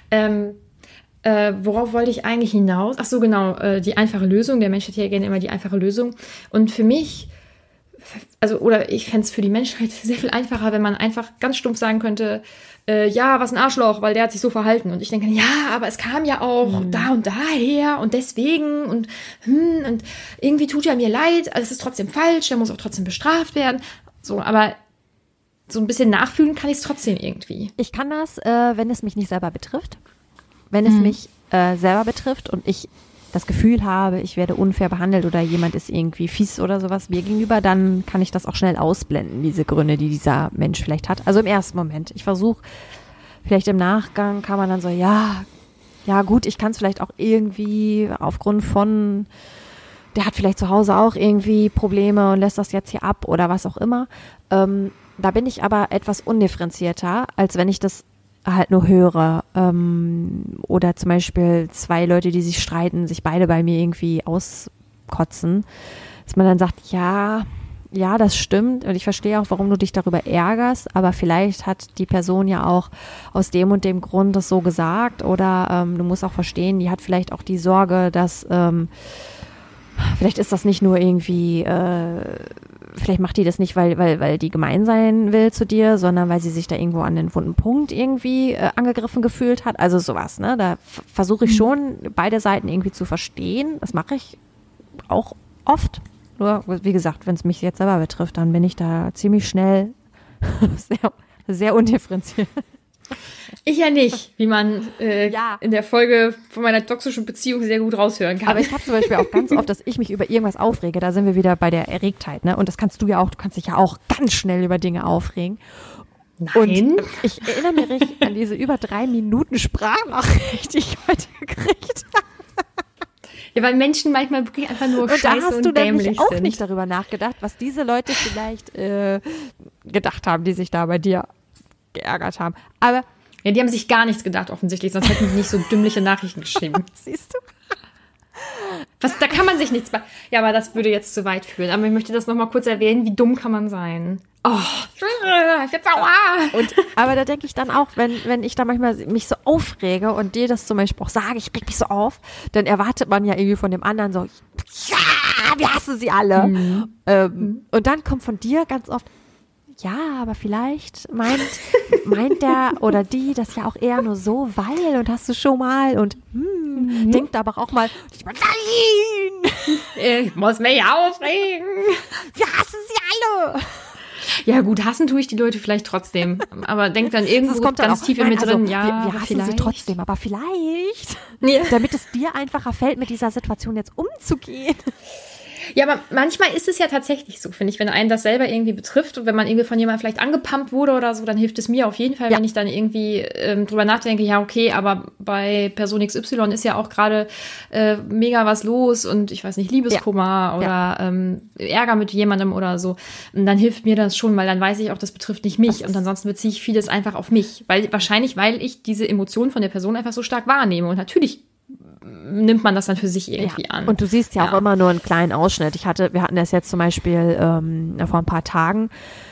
Worauf wollte ich eigentlich hinaus? Ach so, genau, die einfache Lösung. Der Mensch hat ja gerne immer die einfache Lösung. Und für mich ich fände es für die Menschheit sehr viel einfacher, wenn man einfach ganz stumpf sagen könnte, ja, was ein Arschloch, weil der hat sich so verhalten. Und ich denke, ja, aber es kam ja auch da und daher und deswegen und irgendwie tut er mir leid, also es ist trotzdem falsch, der muss auch trotzdem bestraft werden. So, aber so ein bisschen nachfühlen kann ich es trotzdem irgendwie. Ich kann das, wenn es mich nicht selber betrifft. Wenn es mich selber betrifft und ich das Gefühl habe, ich werde unfair behandelt oder jemand ist irgendwie fies oder sowas mir gegenüber, dann kann ich das auch schnell ausblenden, diese Gründe, die dieser Mensch vielleicht hat. Also im ersten Moment. Ich versuche, vielleicht im Nachgang kann man dann so, ja gut, ich kann es vielleicht auch irgendwie aufgrund von, der hat vielleicht zu Hause auch irgendwie Probleme und lässt das jetzt hier ab oder was auch immer. Da bin ich aber etwas undifferenzierter, als wenn ich das halt nur höre oder zum Beispiel 2 Leute, die sich streiten, sich beide bei mir irgendwie auskotzen, dass man dann sagt, ja, das stimmt und ich verstehe auch, warum du dich darüber ärgerst, aber vielleicht hat die Person ja auch aus dem und dem Grund das so gesagt oder du musst auch verstehen, die hat vielleicht auch die Sorge, dass vielleicht ist das nicht nur irgendwie vielleicht macht die das nicht, weil die gemein sein will zu dir, sondern weil sie sich da irgendwo an den wunden Punkt irgendwie angegriffen gefühlt hat. Also sowas, ne? Da versuche ich schon, beide Seiten irgendwie zu verstehen. Das mache ich auch oft. Nur, wie gesagt, wenn es mich jetzt selber betrifft, dann bin ich da ziemlich schnell sehr, sehr undifferenziert. Ich ja nicht, wie man in der Folge von meiner toxischen Beziehung sehr gut raushören kann. Aber ich habe zum Beispiel auch ganz oft, dass ich mich über irgendwas aufrege. Da sind wir wieder bei der Erregtheit, ne? Und das kannst du ja auch. Du kannst dich ja auch ganz schnell über Dinge aufregen. Nein. Und ich erinnere mich richtig an diese über 3 Minuten Sprachnachricht, die ich heute gekriegt habe. Ja, weil Menschen manchmal wirklich einfach nur scheiße und dämlich sind. Und da hast du nämlich auch nicht darüber nachgedacht, was diese Leute vielleicht gedacht haben, die sich da bei dir geärgert haben. Aber ja, die haben sich gar nichts gedacht offensichtlich, sonst hätten die nicht so dümmliche Nachrichten geschrieben. Siehst du? Da kann man sich nichts bei. Ja, aber das würde jetzt zu weit führen. Aber ich möchte das nochmal kurz erwähnen, wie dumm kann man sein? Oh, ich bin sauer. Aber da denke ich dann auch, wenn ich da manchmal mich so aufrege und dir das zum Beispiel auch sage, ich reg mich so auf, dann erwartet man ja irgendwie von dem anderen so, ja, wir hassen sie alle. Und dann kommt von dir ganz oft, ja, aber vielleicht meint der oder die das ja auch eher nur so, weil und hast du schon mal und denkt aber auch mal, nein! Ich muss mich aufregen. Wir hassen sie alle. Ja gut, hassen tue ich die Leute vielleicht trotzdem, aber denk dann irgendwo kommt dann ganz auch, tief in mir also, drin, ja, wir hassen vielleicht. sie trotzdem, aber vielleicht, Ja. damit es dir einfacher fällt, mit dieser Situation jetzt umzugehen. Ja, aber manchmal ist es ja tatsächlich so, finde ich, wenn einen das selber irgendwie betrifft und wenn man irgendwie von jemandem vielleicht angepumpt wurde oder so, dann hilft es mir auf jeden Fall, wenn ich dann irgendwie drüber nachdenke, ja, okay, aber bei Person XY ist ja auch gerade mega was los und ich weiß nicht, Liebeskummer oder Ärger mit jemandem oder so. Und dann hilft mir das schon, weil dann weiß ich auch, das betrifft nicht mich und ansonsten beziehe ich vieles einfach auf mich. Weil ich diese Emotionen von der Person einfach so stark wahrnehme und natürlich nimmt man das dann für sich irgendwie an. Und du siehst ja auch immer nur einen kleinen Ausschnitt. Wir hatten das jetzt zum Beispiel vor ein paar Tagen.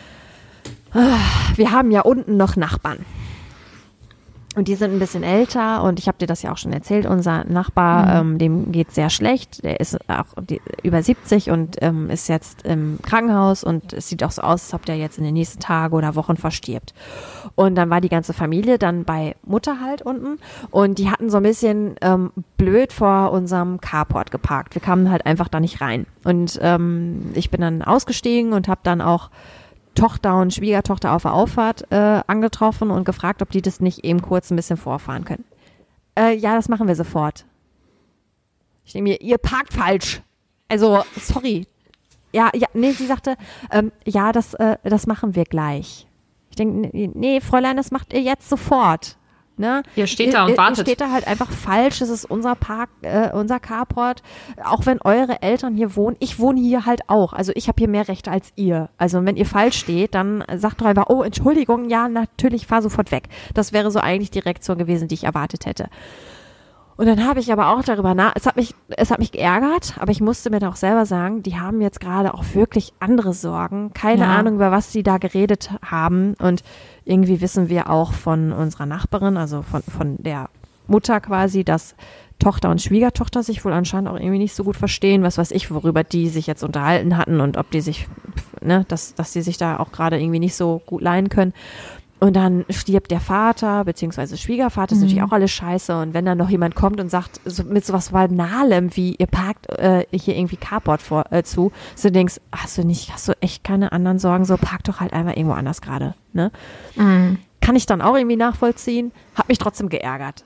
Wir haben ja unten noch Nachbarn. Und die sind ein bisschen älter und ich habe dir das ja auch schon erzählt, unser Nachbar, dem geht sehr schlecht, der ist auch über 70 und ist jetzt im Krankenhaus und es sieht auch so aus, als ob der jetzt in den nächsten Tagen oder Wochen verstirbt. Und dann war die ganze Familie dann bei Mutter halt unten und die hatten so ein bisschen blöd vor unserem Carport geparkt. Wir kamen halt einfach da nicht rein. Und ich bin dann ausgestiegen und habe dann auch Tochter und Schwiegertochter auf der Auffahrt angetroffen und gefragt, ob die das nicht eben kurz ein bisschen vorfahren können. Ja, das machen wir sofort. Ich denke mir, ihr parkt falsch. Also, sorry. Nee, sie sagte, ja, das machen wir gleich. Ich denke, nee, Fräulein, das macht ihr jetzt sofort. Ne? Ihr steht da und wartet. Ihr steht da halt einfach falsch. Es ist unser Park, unser Carport. Auch wenn eure Eltern hier wohnen. Ich wohne hier halt auch. Also ich habe hier mehr Rechte als ihr. Also wenn ihr falsch steht, dann sagt doch einfach, oh, Entschuldigung, ja, natürlich, fahr sofort weg. Das wäre so eigentlich die Reaktion gewesen, die ich erwartet hätte. Und dann habe ich aber auch darüber es hat mich geärgert, aber ich musste mir da auch selber sagen, die haben jetzt gerade auch wirklich andere Sorgen. Keine Ahnung, über was sie da geredet haben. Und irgendwie wissen wir auch von unserer Nachbarin, also von der Mutter quasi, dass Tochter und Schwiegertochter sich wohl anscheinend auch irgendwie nicht so gut verstehen, was weiß ich, worüber die sich jetzt unterhalten hatten und ob die sich, dass die sich da auch gerade irgendwie nicht so gut leihen können. Und dann stirbt der Vater, beziehungsweise Schwiegervater, ist natürlich auch alles scheiße. Und wenn dann noch jemand kommt und sagt, so, mit sowas Banalem wie, ihr parkt hier irgendwie Carport zu, so du denkst, hast du echt keine anderen Sorgen, so park doch halt einfach irgendwo anders gerade. Ne? Kann ich dann auch irgendwie nachvollziehen, hab mich trotzdem geärgert.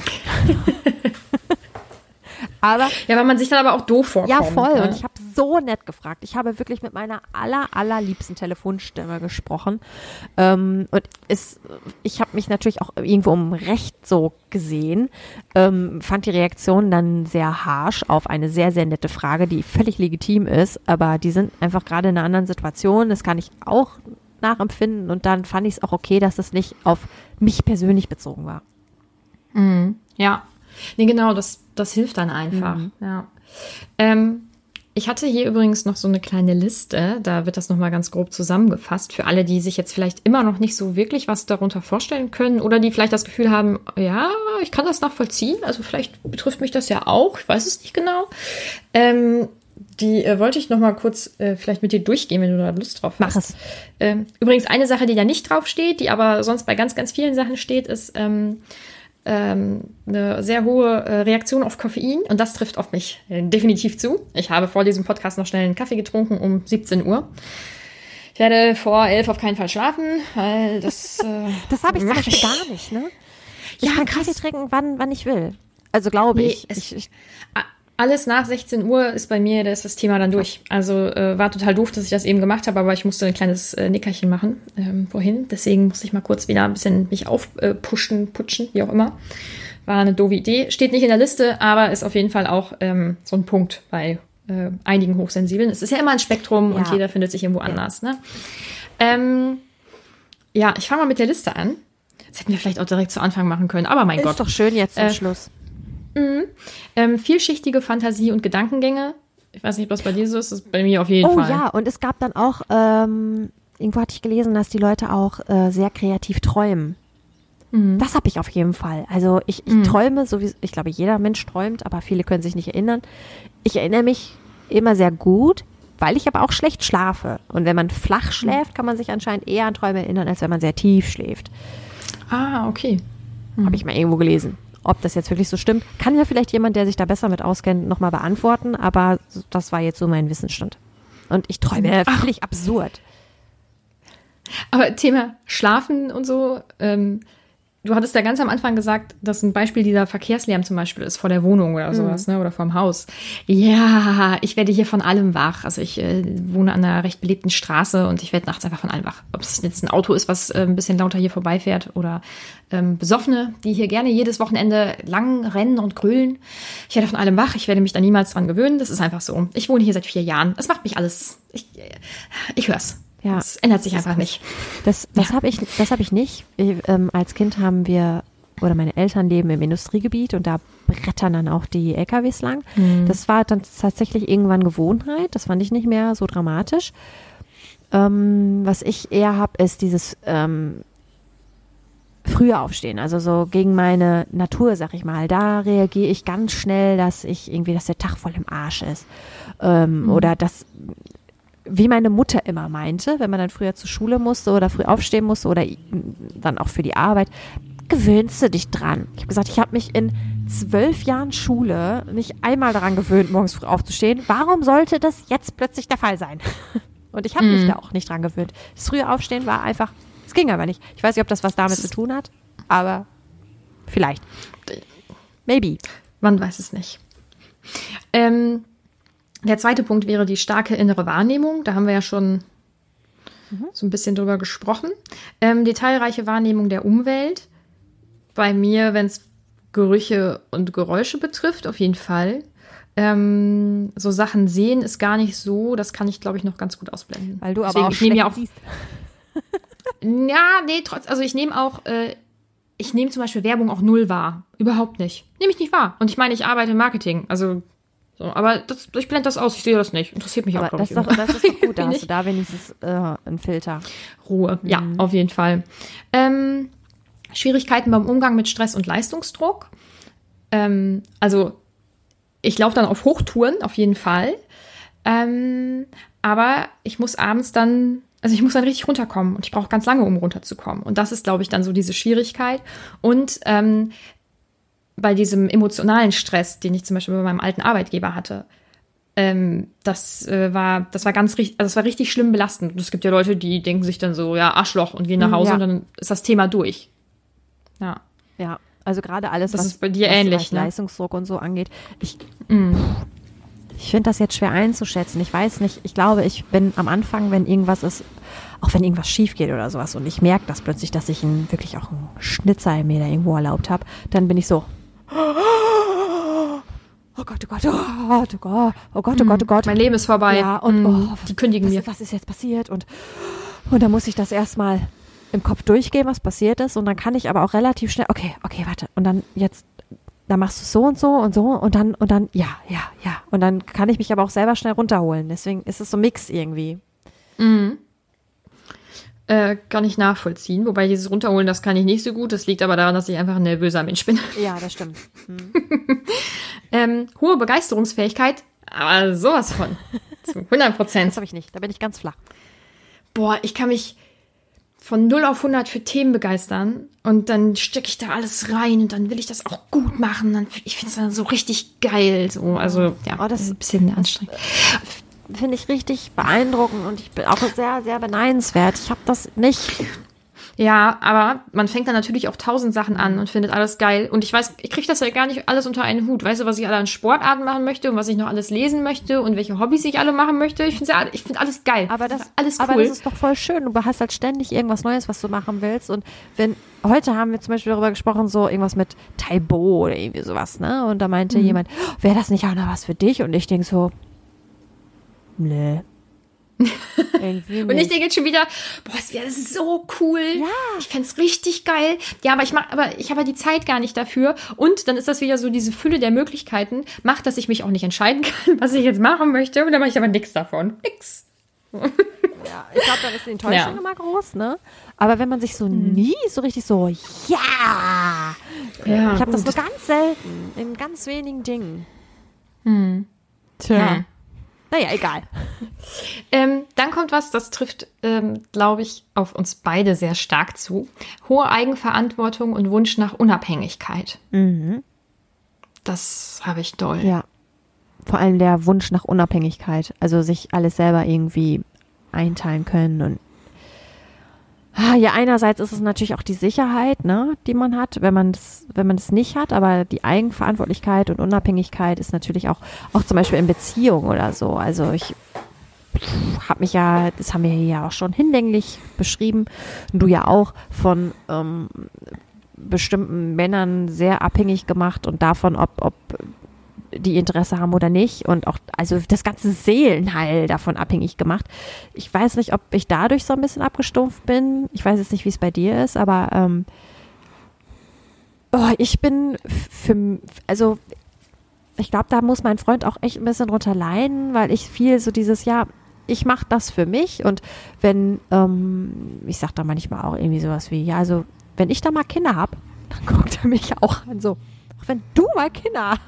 Aber, ja, weil man sich dann aber auch doof vorkommt. Ja, voll. Ne? Und ich habe so nett gefragt. Ich habe wirklich mit meiner allerliebsten Telefonstimme gesprochen. Und ich habe mich natürlich auch irgendwo um Recht so gesehen. Fand die Reaktion dann sehr harsh auf eine sehr, sehr nette Frage, die völlig legitim ist. Aber die sind einfach gerade in einer anderen Situation. Das kann ich auch nachempfinden. Und dann fand ich es auch okay, dass es nicht auf mich persönlich bezogen war. Ja. Nee, genau, das hilft dann einfach. Ja. Ich hatte hier übrigens noch so eine kleine Liste, da wird das nochmal ganz grob zusammengefasst für alle, die sich jetzt vielleicht immer noch nicht so wirklich was darunter vorstellen können oder die vielleicht das Gefühl haben, ja, ich kann das nachvollziehen, also vielleicht betrifft mich das ja auch, ich weiß es nicht genau. Die wollte ich nochmal kurz vielleicht mit dir durchgehen, wenn du da Lust drauf hast. Mach es. Übrigens eine Sache, die da nicht drauf steht, die aber sonst bei ganz, ganz vielen Sachen steht, ist eine sehr hohe Reaktion auf Koffein und das trifft auf mich definitiv zu. Ich habe vor diesem Podcast noch schnell einen Kaffee getrunken um 17 Uhr. Ich werde vor 11 auf keinen Fall schlafen, weil das das habe ich zum Beispiel gar nicht, ne? Ich kann Kaffee trinken, wann ich will. Also glaube ich. Alles nach 16 Uhr ist bei mir, da ist das Thema dann durch. Also war total doof, dass ich das eben gemacht habe, aber ich musste ein kleines Nickerchen machen vorhin. Deswegen musste ich mal kurz wieder ein bisschen mich putschen, wie auch immer. War eine doofe Idee. Steht nicht in der Liste, aber ist auf jeden Fall auch so ein Punkt bei einigen Hochsensiblen. Es ist ja immer ein Spektrum und jeder findet sich irgendwo anders. Ne? Ja, ich fange mal mit der Liste an. Das hätten wir vielleicht auch direkt zu Anfang machen können, aber mein Gott. Ist doch schön jetzt zum Schluss. Vielschichtige Fantasie und Gedankengänge. Ich weiß nicht, was bei dir so ist. Das ist bei mir auf jeden Fall. Oh ja, und es gab dann auch, irgendwo hatte ich gelesen, dass die Leute auch sehr kreativ träumen. Das habe ich auf jeden Fall. Also ich träume, so wie ich glaube, jeder Mensch träumt, aber viele können sich nicht erinnern. Ich erinnere mich immer sehr gut, weil ich aber auch schlecht schlafe. Und wenn man flach schläft, kann man sich anscheinend eher an Träume erinnern, als wenn man sehr tief schläft. Ah, okay. Habe ich mal irgendwo gelesen. Ob das jetzt wirklich so stimmt, kann ja vielleicht jemand, der sich da besser mit auskennt, nochmal beantworten. Aber das war jetzt so mein Wissensstand. Und ich träume völlig absurd. Aber Thema Schlafen und so, du hattest ja ganz am Anfang gesagt, dass ein Beispiel dieser Verkehrslärm zum Beispiel ist vor der Wohnung oder sowas, ne, oder vorm Haus. Ja, ich werde hier von allem wach. Also ich wohne an einer recht belebten Straße und ich werde nachts einfach von allem wach. Ob es jetzt ein Auto ist, was ein bisschen lauter hier vorbeifährt oder Besoffene, die hier gerne jedes Wochenende lang rennen und grölen. Ich werde von allem wach. Ich werde mich da niemals dran gewöhnen. Das ist einfach so. Ich wohne hier seit 4 Jahren. Es macht mich alles. Ich hör's. Ja, das ändert sich einfach nicht. Das habe ich nicht. Als Kind haben wir, oder meine Eltern leben im Industriegebiet und da brettern dann auch die LKWs lang. Das war dann tatsächlich irgendwann Gewohnheit. Das fand ich nicht mehr so dramatisch. Was ich eher habe, ist dieses früher aufstehen, also so gegen meine Natur, sag ich mal. Da reagiere ich ganz schnell, dass der Tag voll im Arsch ist. Oder dass, wie meine Mutter immer meinte, wenn man dann früher zur Schule musste oder früh aufstehen musste oder dann auch für die Arbeit, gewöhnst du dich dran. Ich habe gesagt, ich habe mich in 12 Jahren Schule nicht einmal daran gewöhnt, morgens früh aufzustehen. Warum sollte das jetzt plötzlich der Fall sein? Und ich habe mich da auch nicht dran gewöhnt. Das frühe Aufstehen war einfach, es ging aber nicht. Ich weiß nicht, ob das was damit zu tun hat, aber vielleicht. Maybe. Man weiß es nicht. Der zweite Punkt wäre die starke innere Wahrnehmung. Da haben wir ja schon so ein bisschen drüber gesprochen. Detailreiche Wahrnehmung der Umwelt. Bei mir, wenn es Gerüche und Geräusche betrifft, auf jeden Fall. So Sachen sehen ist gar nicht so, das kann ich, glaube ich, noch ganz gut ausblenden. Weil du aber auch schlecht siehst. Ja, nee, also ich nehme zum Beispiel Werbung auch null wahr. Überhaupt nicht. Nehme ich nicht wahr. Und ich meine, ich arbeite im Marketing, also so, aber ich blende das aus, ich sehe das nicht. Interessiert mich auch, glaube ich. Das ist doch gut, da hast du da wenigstens einen Filter. Ruhe, ja, auf jeden Fall. Schwierigkeiten beim Umgang mit Stress und Leistungsdruck. Also ich laufe dann auf Hochtouren, auf jeden Fall. Aber ich muss abends dann, also ich muss dann richtig runterkommen und ich brauche ganz lange, um runterzukommen. Und das ist, glaube ich, dann so diese Schwierigkeit. Und bei diesem emotionalen Stress, den ich zum Beispiel bei meinem alten Arbeitgeber hatte, das war richtig schlimm belastend. Und es gibt ja Leute, die denken sich dann so, ja, Arschloch und gehen nach Hause und dann ist das Thema durch. Ja. Ja, also gerade alles, das ist bei dir ähnlich, was Leistungsdruck und so angeht. Ich finde das jetzt schwer einzuschätzen. Ich weiß nicht, ich glaube, ich bin am Anfang, wenn irgendwas ist, auch wenn irgendwas schief geht oder sowas und ich merke das plötzlich, dass ich wirklich auch einen Schnitzer in mir da irgendwo erlaubt habe, dann bin ich so, oh Gott, oh Gott, oh Gott, oh Gott, oh Gott, oh Gott, oh Gott. Mein Leben ist vorbei. Ja, und die kündigen mir. Was ist jetzt passiert? Und dann muss ich das erstmal im Kopf durchgehen, was passiert ist. Und dann kann ich aber auch relativ schnell, okay, warte. Und dann jetzt, dann machst du so und so und so und dann, ja. Und dann kann ich mich aber auch selber schnell runterholen. Deswegen ist es so ein Mix irgendwie. Kann ich nachvollziehen. Wobei dieses Runterholen, das kann ich nicht so gut. Das liegt aber daran, dass ich einfach ein nervöser Mensch bin. Ja, das stimmt. Hohe Begeisterungsfähigkeit, aber sowas von. Zu 100%. Das habe ich nicht. Da bin ich ganz flach. Boah, ich kann mich von 0 auf 100 für Themen begeistern und dann stecke ich da alles rein und dann will ich das auch gut machen. Ich finde es dann so richtig geil. So. Also ja, das ist ein bisschen anstrengend. Finde ich richtig beeindruckend und ich bin auch sehr, sehr beneidenswert. Ich habe das nicht. Ja, aber man fängt dann natürlich auch 1000 Sachen an und findet alles geil. Und ich weiß, ich kriege das ja gar nicht alles unter einen Hut. Weißt du, was ich alle an Sportarten machen möchte und was ich noch alles lesen möchte und welche Hobbys ich alle machen möchte? Ich finde alles geil. Alles cool. Aber das ist doch voll schön. Du hast halt ständig irgendwas Neues, was du machen willst. Und heute haben wir zum Beispiel darüber gesprochen, so irgendwas mit Taibo oder irgendwie sowas, ne? Und da meinte jemand, wäre das nicht auch noch was für dich? Und ich denke so, nee. Und ich denke jetzt schon wieder, boah, das wäre so cool. Ja. Ich fände es richtig geil. Ja, aber ich habe ja die Zeit gar nicht dafür. Und dann ist das wieder so diese Fülle der Möglichkeiten, macht, dass ich mich auch nicht entscheiden kann, was ich jetzt machen möchte. Und dann mache ich aber nichts davon. Nix. Ja, ich glaube, dann ist die Enttäuschung immer groß, ne? Aber wenn man sich so nie so richtig so, ja, ich habe das nur ganz selten, in ganz wenigen Dingen. Tja. Naja, egal. Dann kommt was, das trifft, glaube ich, auf uns beide sehr stark zu. Hohe Eigenverantwortung und Wunsch nach Unabhängigkeit. Das habe ich doll. Ja, vor allem der Wunsch nach Unabhängigkeit. Also sich alles selber irgendwie einteilen können. Und ja, einerseits ist es natürlich auch die Sicherheit, ne, die man hat, wenn man es nicht hat, aber die Eigenverantwortlichkeit und Unabhängigkeit ist natürlich auch zum Beispiel in Beziehungen oder so. Also ich habe mich ja, das haben wir hier ja auch schon hinlänglich beschrieben, du ja auch, von bestimmten Männern sehr abhängig gemacht und davon, ob die Interesse haben oder nicht, und auch, also das ganze Seelenheil davon abhängig gemacht. Ich weiß nicht, ob ich dadurch so ein bisschen abgestumpft bin. Ich weiß jetzt nicht, wie es bei dir ist, aber ich bin also ich glaube, da muss mein Freund auch echt ein bisschen drunter leiden, weil ich viel so dieses, ja, ich mache das für mich, und wenn, ich sage da manchmal auch irgendwie sowas wie, ja, also wenn ich da mal Kinder habe, dann guckt er mich auch an, so, wenn du mal Kinder hast.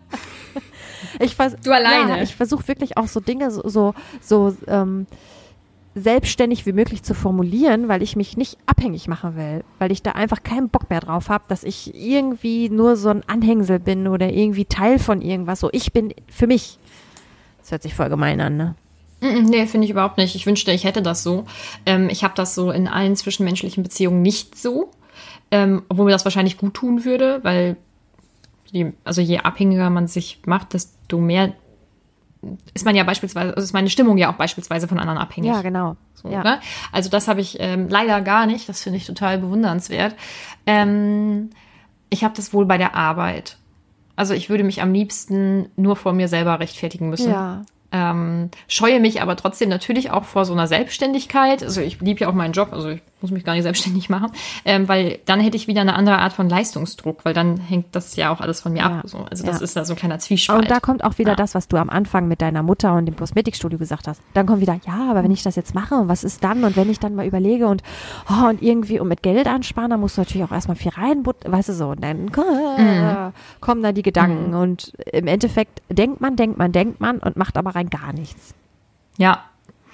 Du alleine. Ja, ich versuche wirklich auch so Dinge so selbstständig wie möglich zu formulieren, weil ich mich nicht abhängig machen will, weil ich da einfach keinen Bock mehr drauf habe, dass ich irgendwie nur so ein Anhängsel bin oder irgendwie Teil von irgendwas. So, ich bin für mich. Das hört sich voll gemein an, ne? Nee, finde ich überhaupt nicht. Ich wünschte, ich hätte das so. Ich habe das so in allen zwischenmenschlichen Beziehungen nicht so, obwohl mir das wahrscheinlich gut tun würde, weil je abhängiger man sich macht, desto mehr ist man ja beispielsweise, also ist meine Stimmung ja auch beispielsweise von anderen abhängig. Ja, genau. So, ja. Ne? Also das habe ich leider gar nicht. Das finde ich total bewundernswert. Ich habe das wohl bei der Arbeit. Also ich würde mich am liebsten nur vor mir selber rechtfertigen müssen. Ja. Scheue mich aber trotzdem natürlich auch vor so einer Selbstständigkeit. Also ich liebe ja auch meinen Job, also ich muss mich gar nicht selbstständig machen, weil dann hätte ich wieder eine andere Art von Leistungsdruck, weil dann hängt das ja auch alles von mir ab. So. Also das ist da so ein kleiner Zwiespalt. Und da kommt auch wieder das, was du am Anfang mit deiner Mutter und dem Kosmetikstudio gesagt hast. Dann kommt wieder, ja, aber wenn ich das jetzt mache, was ist dann? Und wenn ich dann mal überlege und irgendwie und mit Geld ansparen, dann musst du natürlich auch erstmal viel weißt du so. Und dann kommen da die Gedanken. Und im Endeffekt denkt man und macht aber rein gar nichts. Ja.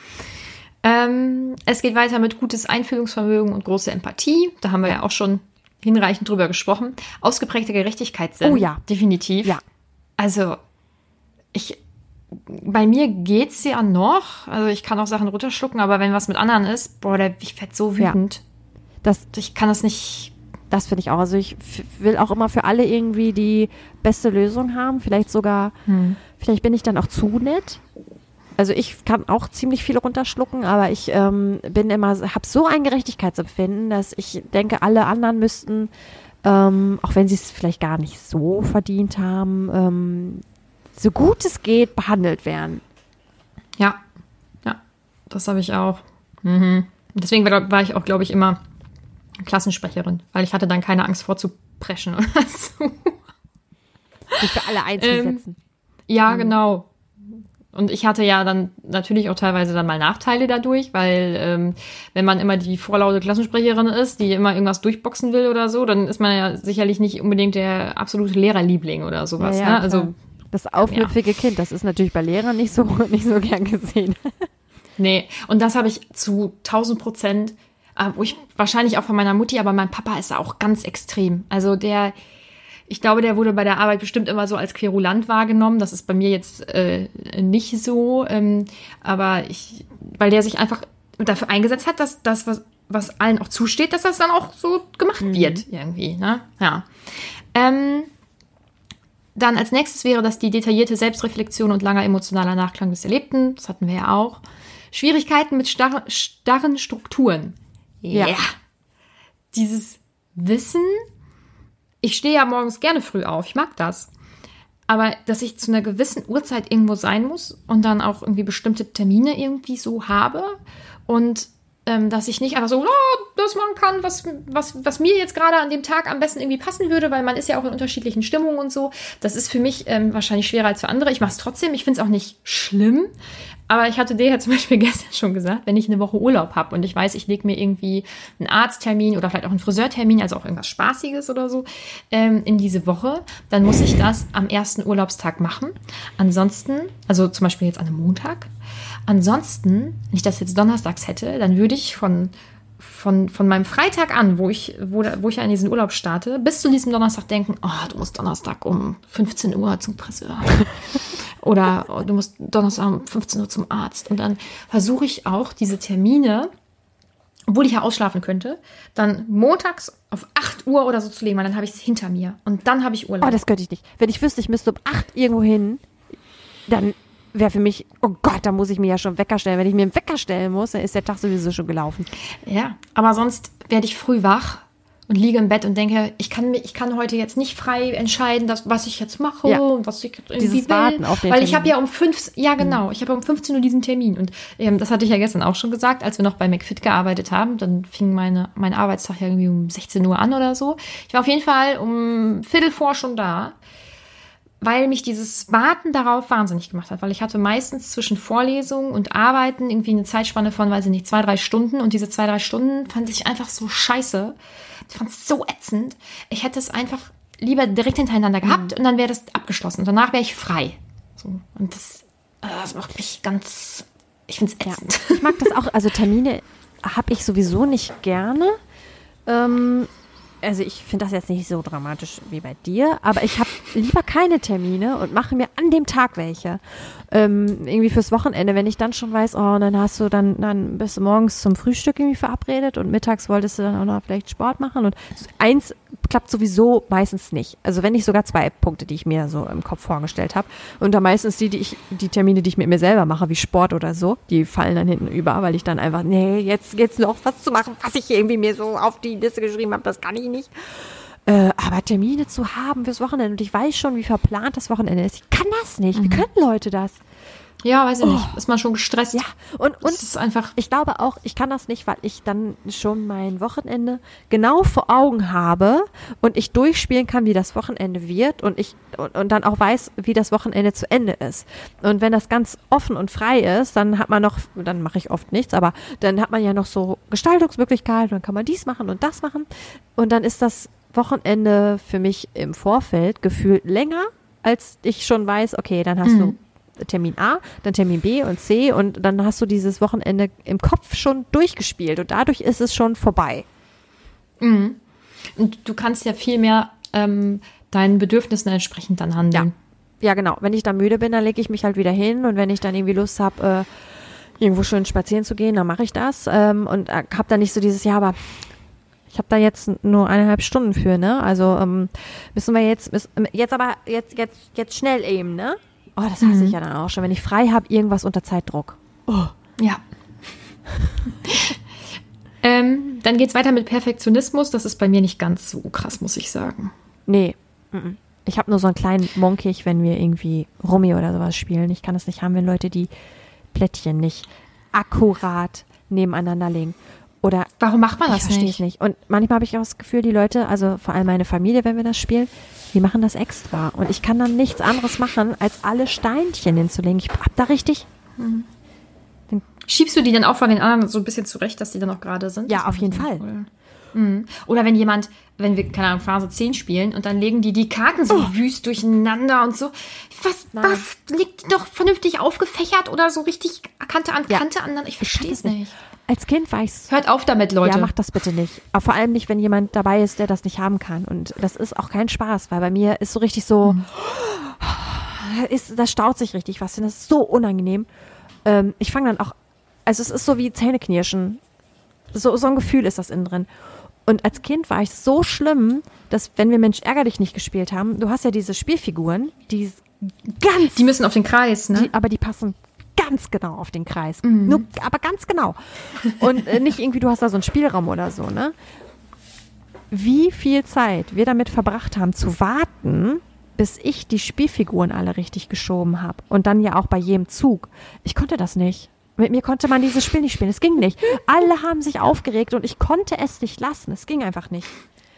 Es geht weiter mit gutes Einfühlungsvermögen und große Empathie. Da haben wir ja auch schon hinreichend drüber gesprochen. Ausgeprägte Gerechtigkeitssinn. Oh ja. Definitiv. Ja. Also, bei mir geht's ja noch. Also, ich kann auch Sachen runterschlucken, aber wenn was mit anderen ist, ich werde so wütend. Ja. Ich kann das nicht. Das finde ich auch. Also, ich will auch immer für alle irgendwie die beste Lösung haben. Vielleicht sogar, vielleicht bin ich dann auch zu nett. Also ich kann auch ziemlich viel runterschlucken, aber ich habe so ein Gerechtigkeitsempfinden, dass ich denke, alle anderen müssten, auch wenn sie es vielleicht gar nicht so verdient haben, so gut es geht, behandelt werden. Ja, das habe ich auch. Deswegen war ich auch, glaube ich, immer Klassensprecherin, weil ich hatte dann keine Angst vorzupreschen oder so. Sich für alle einzusetzen. Ja, genau. Und ich hatte ja dann natürlich auch teilweise dann mal Nachteile dadurch, weil wenn man immer die vorlaute Klassensprecherin ist, die immer irgendwas durchboxen will oder so, dann ist man ja sicherlich nicht unbedingt der absolute Lehrerliebling oder sowas. Ja, ne? Also das aufmüpfige Kind, das ist natürlich bei Lehrern nicht so gern gesehen. Nee, und das habe ich zu 1000%, wo ich wahrscheinlich auch von meiner Mutti, aber mein Papa ist auch ganz extrem. Also ich glaube, der wurde bei der Arbeit bestimmt immer so als querulant wahrgenommen. Das ist bei mir jetzt nicht so. Aber weil der sich einfach dafür eingesetzt hat, dass das, was allen auch zusteht, dass das dann auch so gemacht wird irgendwie. Ne? Ja. Dann als nächstes wäre das die detaillierte Selbstreflexion und langer emotionaler Nachklang des Erlebten. Das hatten wir ja auch. Schwierigkeiten mit starren Strukturen. Ja. Dieses Wissen, ich stehe ja morgens gerne früh auf, ich mag das. Aber dass ich zu einer gewissen Uhrzeit irgendwo sein muss und dann auch irgendwie bestimmte Termine irgendwie so habe und dass ich nicht einfach so, das machen kann, was mir jetzt gerade an dem Tag am besten irgendwie passen würde, weil man ist ja auch in unterschiedlichen Stimmungen und so. Das ist für mich wahrscheinlich schwerer als für andere. Ich mache es trotzdem, ich finde es auch nicht schlimm. Aber ich hatte dir ja zum Beispiel gestern schon gesagt, wenn ich eine Woche Urlaub habe und ich weiß, ich lege mir irgendwie einen Arzttermin oder vielleicht auch einen Friseurtermin, also auch irgendwas Spaßiges oder so, in diese Woche, dann muss ich das am ersten Urlaubstag machen. Ansonsten, also zum Beispiel jetzt an einem Montag, ansonsten, wenn ich das jetzt donnerstags hätte, dann würde ich von meinem Freitag an, wo ich ja in diesen Urlaub starte, bis zu diesem Donnerstag denken, du musst Donnerstag um 15 Uhr zum Friseur. Oder du musst Donnerstag um 15 Uhr zum Arzt. Und dann versuche ich auch diese Termine, obwohl ich ja ausschlafen könnte, dann montags auf 8 Uhr oder so zu legen, weil dann habe ich es hinter mir. Und dann habe ich Urlaub. Oh, das könnte ich nicht. Wenn ich wüsste, ich müsste um 8 irgendwo hin, dann wäre für mich, oh Gott, da muss ich mir ja schon Wecker stellen. Wenn ich mir einen Wecker stellen muss, dann ist der Tag sowieso schon gelaufen. Ja, aber sonst werde ich früh wach und liege im Bett und denke, ich kann heute jetzt nicht frei entscheiden, was ich jetzt mache und was ich irgendwie dieses will. Warten auf den weil Termin. ich habe ja ich habe um 15 Uhr diesen Termin. Und das hatte ich ja gestern auch schon gesagt, als wir noch bei McFit gearbeitet haben. Dann fing mein Arbeitstag ja irgendwie um 16 Uhr an oder so. Ich war auf jeden Fall um 15:45 schon da, weil mich dieses Warten darauf wahnsinnig gemacht hat. Weil ich hatte meistens zwischen Vorlesungen und Arbeiten irgendwie eine Zeitspanne von, weiß ich nicht, 2-3 Stunden. Und diese 2-3 Stunden fand ich einfach so scheiße. Ich fand es so ätzend. Ich hätte es einfach lieber direkt hintereinander gehabt und dann wäre das abgeschlossen. Und danach wäre ich frei. So. Und das macht mich ganz... Ich finde es ätzend. Ja. Ich mag das auch. Also Termine habe ich sowieso nicht gerne. Also ich finde das jetzt nicht so dramatisch wie bei dir, aber ich habe lieber keine Termine und mache mir an dem Tag welche. Irgendwie fürs Wochenende, wenn ich dann schon weiß, dann bist du morgens zum Frühstück irgendwie verabredet und mittags wolltest du dann auch noch vielleicht Sport machen und eins klappt sowieso meistens nicht. Also wenn nicht sogar 2 Punkte, die ich mir so im Kopf vorgestellt habe. Und dann meistens die Termine, die ich mit mir selber mache, wie Sport oder so, die fallen dann hinten über, weil ich dann einfach, jetzt noch was zu machen, was ich irgendwie mir so auf die Liste geschrieben habe, das kann ich nicht. Aber Termine zu haben fürs Wochenende und ich weiß schon, wie verplant das Wochenende ist. Ich kann das nicht. Wie können Leute das? Ja, weiß ich nicht. Ist man schon gestresst? Ja, und es ist einfach. Ich glaube auch, ich kann das nicht, weil ich dann schon mein Wochenende genau vor Augen habe und ich durchspielen kann, wie das Wochenende wird und dann auch weiß, wie das Wochenende zu Ende ist. Und wenn das ganz offen und frei ist, dann mache ich oft nichts, aber dann hat man ja noch so Gestaltungsmöglichkeiten, dann kann man dies machen und das machen und dann ist das Wochenende für mich im Vorfeld gefühlt länger, als ich schon weiß, okay, dann hast du Termin A, dann Termin B und C und dann hast du dieses Wochenende im Kopf schon durchgespielt und dadurch ist es schon vorbei. Mhm. Und du kannst ja viel mehr deinen Bedürfnissen entsprechend dann handeln. Ja, genau. Wenn ich dann müde bin, dann lege ich mich halt wieder hin und wenn ich dann irgendwie Lust habe, irgendwo schön spazieren zu gehen, dann mache ich das und habe dann nicht so dieses, aber ich habe da jetzt nur 1,5 Stunden für, ne? Also müssen wir jetzt schnell eben, ne? Oh, das hasse ich ja dann auch schon, wenn ich frei habe, irgendwas unter Zeitdruck. Oh. Ja. Dann geht's weiter mit Perfektionismus. Das ist bei mir nicht ganz so krass, muss ich sagen. Nee. Ich habe nur so einen kleinen Monkig, wenn wir irgendwie Rummi oder sowas spielen. Ich kann es nicht haben, wenn Leute die Plättchen nicht akkurat nebeneinander legen. Oder warum macht man das nicht? Ich verstehe es nicht. Und manchmal habe ich auch das Gefühl, die Leute, also vor allem meine Familie, wenn wir das spielen, die machen das extra. Und ich kann dann nichts anderes machen, als alle Steinchen hinzulegen. Ich hab da richtig... Schiebst du die dann auch von den anderen so ein bisschen zurecht, dass die dann auch gerade sind? Ja, auf jeden Fall. Oder wenn wir, keine Ahnung, Phase 10 spielen und dann legen die Karten so wüst durcheinander und so. Was liegt die doch vernünftig aufgefächert oder so richtig Kante an Kante an? Ich verstehe es nicht. Als Kind war ich's. Hört auf damit, Leute. Ja, macht das bitte nicht. Aber vor allem nicht, wenn jemand dabei ist, der das nicht haben kann. Und das ist auch kein Spaß, weil bei mir ist so richtig so, das staut sich richtig was. Und das ist so unangenehm. Ich fange dann auch, also es ist so wie Zähneknirschen. So ein Gefühl ist das innen drin. Und als Kind war ich so schlimm, dass wenn wir Mensch ärger dich nicht gespielt haben, du hast ja diese Spielfiguren, die müssen auf den Kreis, ne? Aber die passen ganz genau auf den Kreis. Aber ganz genau. Und nicht irgendwie, du hast da so einen Spielraum oder so, ne? Wie viel Zeit wir damit verbracht haben, zu warten, bis ich die Spielfiguren alle richtig geschoben habe. Und dann ja auch bei jedem Zug. Ich konnte das nicht. Mit mir konnte man dieses Spiel nicht spielen. Es ging nicht. Alle haben sich aufgeregt und ich konnte es nicht lassen. Es ging einfach nicht.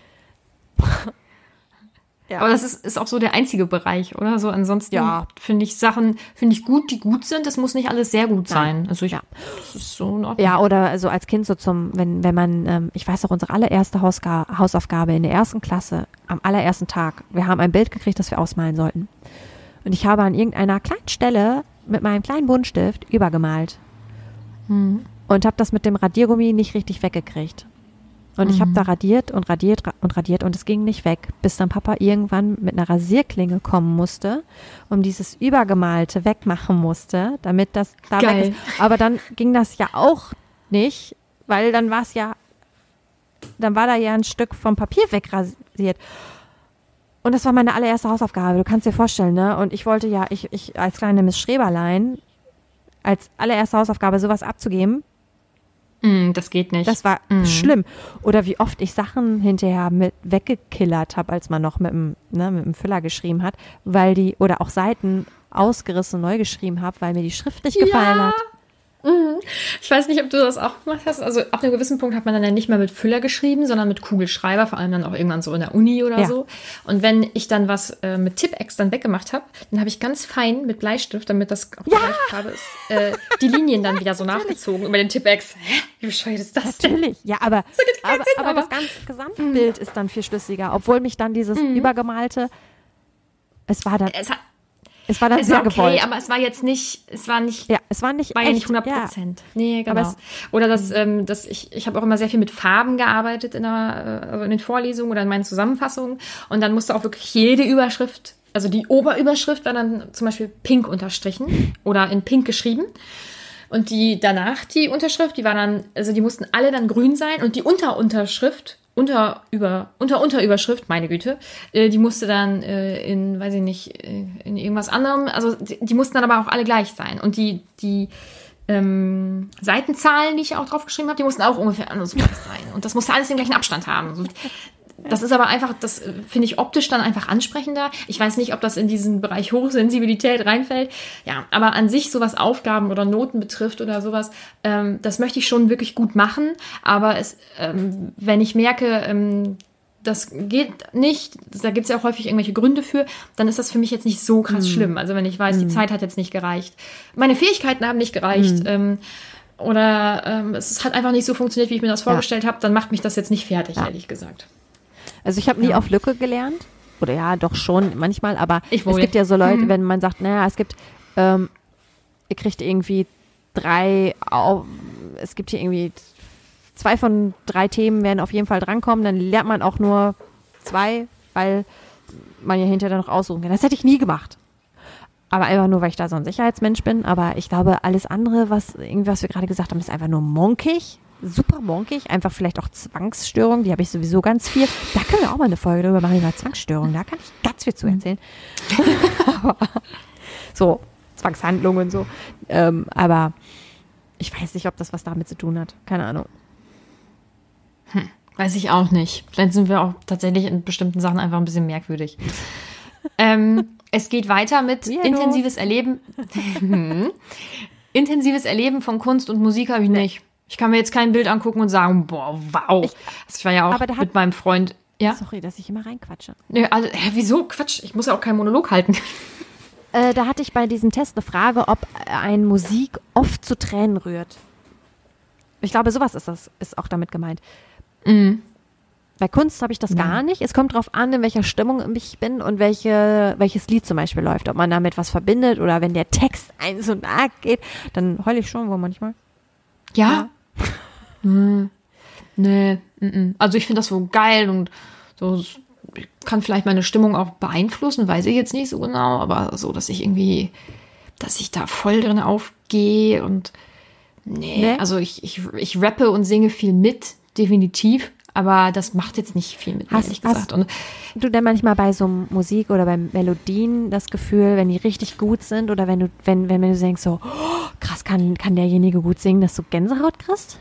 Ja. Aber das ist auch so der einzige Bereich, oder? So ansonsten finde ich gut, die gut sind. Das muss nicht alles sehr gut sein. Also das ist so in Ordnung. Ja, oder so als Kind so wenn man, ich weiß noch, unsere allererste Hausaufgabe in der 1. Klasse, am allerersten Tag, wir haben ein Bild gekriegt, das wir ausmalen sollten. Und ich habe an irgendeiner kleinen Stelle mit meinem kleinen Buntstift übergemalt. Und habe das mit dem Radiergummi nicht richtig weggekriegt. Und ich habe da radiert und radiert und radiert und es ging nicht weg, bis dann Papa irgendwann mit einer Rasierklinge kommen musste und dieses Übergemalte wegmachen musste, damit das da weg ist. Aber dann ging das ja auch nicht, weil dann war da ja ein Stück vom Papier wegrasiert. Und das war meine allererste Hausaufgabe, du kannst dir vorstellen, ne? Und ich wollte ja, ich als kleine Miss Schreberlein, als allererste Hausaufgabe sowas abzugeben. Das geht nicht. Das war schlimm. Oder wie oft ich Sachen hinterher mit weggekillert habe, als man noch mit dem Füller geschrieben hat, oder auch Seiten ausgerissen neu geschrieben habe, weil mir die Schrift nicht gefallen hat. Ich weiß nicht, ob du das auch gemacht hast. Also ab einem gewissen Punkt hat man dann ja nicht mehr mit Füller geschrieben, sondern mit Kugelschreiber, vor allem dann auch irgendwann so in der Uni oder so. Und wenn ich dann was mit Tippex dann weggemacht habe, dann habe ich ganz fein mit Bleistift, damit das auch die gleiche Farbe ist, die Linien dann wieder so nachgezogen über den Tippex. Hä? Wie bescheuert ist das denn? Natürlich, ja, aber das ganze Gesamtbild ist dann viel schlüssiger, obwohl mich dann dieses Übergemalte, es war dann sehr gewollt. Okay, aber es war nicht 100%. Ja. Nee, genau. Aber oder ich habe auch immer sehr viel mit Farben gearbeitet in den Vorlesungen oder in meinen Zusammenfassungen. Und dann musste auch wirklich jede Überschrift, also die Oberüberschrift war dann zum Beispiel pink unterstrichen oder in pink geschrieben. Und die Unterschrift, die war dann, also die mussten alle dann grün sein und die Unterüberschrift, meine Güte, die musste dann in irgendwas anderem, also die mussten dann aber auch alle gleich sein. Und die Seitenzahlen, die ich auch drauf geschrieben habe, die mussten auch ungefähr anders gleich sein. Und das musste alles den gleichen Abstand haben. Das ist aber einfach, das finde ich optisch dann einfach ansprechender. Ich weiß nicht, ob das in diesen Bereich Hochsensibilität reinfällt. Ja, aber an sich, so was Aufgaben oder Noten betrifft oder sowas, das möchte ich schon wirklich gut machen. Aber wenn ich merke, das geht nicht, da gibt es ja auch häufig irgendwelche Gründe für, dann ist das für mich jetzt nicht so krass schlimm. Also wenn ich weiß, die Zeit hat jetzt nicht gereicht. Meine Fähigkeiten haben nicht gereicht. Es hat einfach nicht so funktioniert, wie ich mir das vorgestellt habe, dann macht mich das jetzt nicht fertig, ehrlich gesagt. Also ich habe nie auf Lücke gelernt. Oder ja, doch schon manchmal. Aber es gibt ja so Leute, wenn man sagt, naja, ihr kriegt irgendwie es gibt hier irgendwie 2 von 3 Themen werden auf jeden Fall drankommen. Dann lernt man auch nur 2, weil man ja hinterher noch aussuchen kann. Das hätte ich nie gemacht. Aber einfach nur, weil ich da so ein Sicherheitsmensch bin. Aber ich glaube, alles andere, was wir gerade gesagt haben, ist einfach nur monkig. Super monkig, einfach vielleicht auch Zwangsstörungen, die habe ich sowieso ganz viel. Da können wir auch mal eine Folge drüber machen, über Zwangsstörungen, da kann ich ganz viel zu erzählen. So, Zwangshandlungen und so. Aber ich weiß nicht, ob das was damit zu tun hat. Keine Ahnung. Weiß ich auch nicht. Vielleicht sind wir auch tatsächlich in bestimmten Sachen einfach ein bisschen merkwürdig. Es geht weiter mit intensives Erleben. Intensives Erleben von Kunst und Musik habe ich nicht. Ich kann mir jetzt kein Bild angucken und sagen, boah, wow. Ich war ja auch mit meinem Freund. Ja? Sorry, dass ich immer reinquatsche. Nee, also, wieso? Quatsch, ich muss ja auch keinen Monolog halten. Da hatte ich bei diesem Test eine Frage, ob ein Musik oft zu Tränen rührt. Ich glaube, sowas ist auch damit gemeint. Bei Kunst habe ich das gar nicht. Es kommt drauf an, in welcher Stimmung ich bin und welches Lied zum Beispiel läuft. Ob man damit was verbindet oder wenn der Text einem so nahe geht, dann heule ich schon wohl manchmal. Ja? Nee. Also ich finde das so geil und so kann vielleicht meine Stimmung auch beeinflussen, weiß ich jetzt nicht so genau, aber so, dass ich da voll drin aufgehe und nee. Also ich rappe und singe viel mit, definitiv. Aber das macht jetzt nicht viel mit mir, ehrlich gesagt. Und du denn manchmal bei so Musik oder bei Melodien das Gefühl, wenn die richtig gut sind oder wenn du denkst so, oh, krass, kann derjenige gut singen, dass du Gänsehaut kriegst?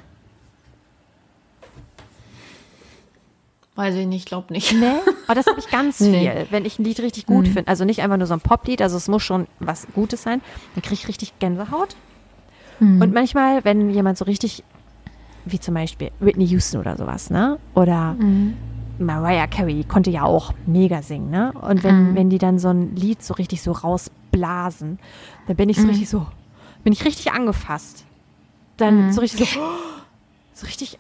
Weiß ich nicht, glaub nicht. Nee? Aber das habe ich ganz viel, wenn ich ein Lied richtig gut finde. Also nicht einfach nur so ein Poplied, also es muss schon was Gutes sein. Dann kriege ich richtig Gänsehaut. Und manchmal, wenn jemand so richtig, wie zum Beispiel Whitney Houston oder sowas, ne? Oder Mariah Carey, die konnte ja auch mega singen, ne? Und wenn die dann so ein Lied so richtig so rausblasen, dann bin ich so richtig so, bin ich richtig angefasst. Dann so richtig so richtig.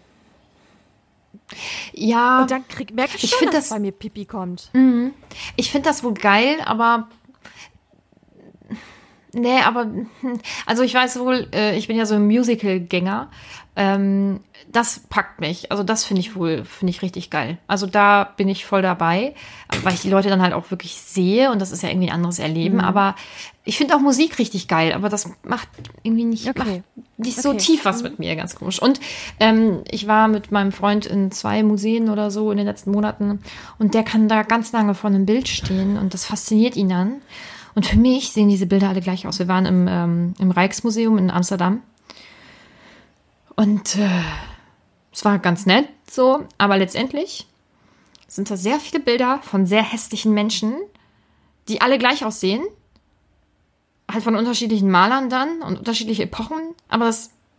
Ja. Und dann merke ich schon, dass bei mir Pipi kommt. Ich finde das wohl geil, aber nee, aber also ich weiß wohl, ich bin ja so ein Musical-Gänger. Das packt mich. Also das finde ich richtig geil. Also da bin ich voll dabei, weil ich die Leute dann halt auch wirklich sehe und das ist ja irgendwie ein anderes Erleben. Aber ich finde auch Musik richtig geil, aber das macht irgendwie nicht so tief was mit mir, ganz komisch. Und ich war mit meinem Freund in 2 Museen oder so in den letzten Monaten und der kann da ganz lange vor einem Bild stehen und das fasziniert ihn dann. Und für mich sehen diese Bilder alle gleich aus. Wir waren im Rijksmuseum in Amsterdam. Und es war ganz nett so, aber letztendlich sind da sehr viele Bilder von sehr hässlichen Menschen, die alle gleich aussehen. Halt von unterschiedlichen Malern dann und unterschiedliche Epochen. Aber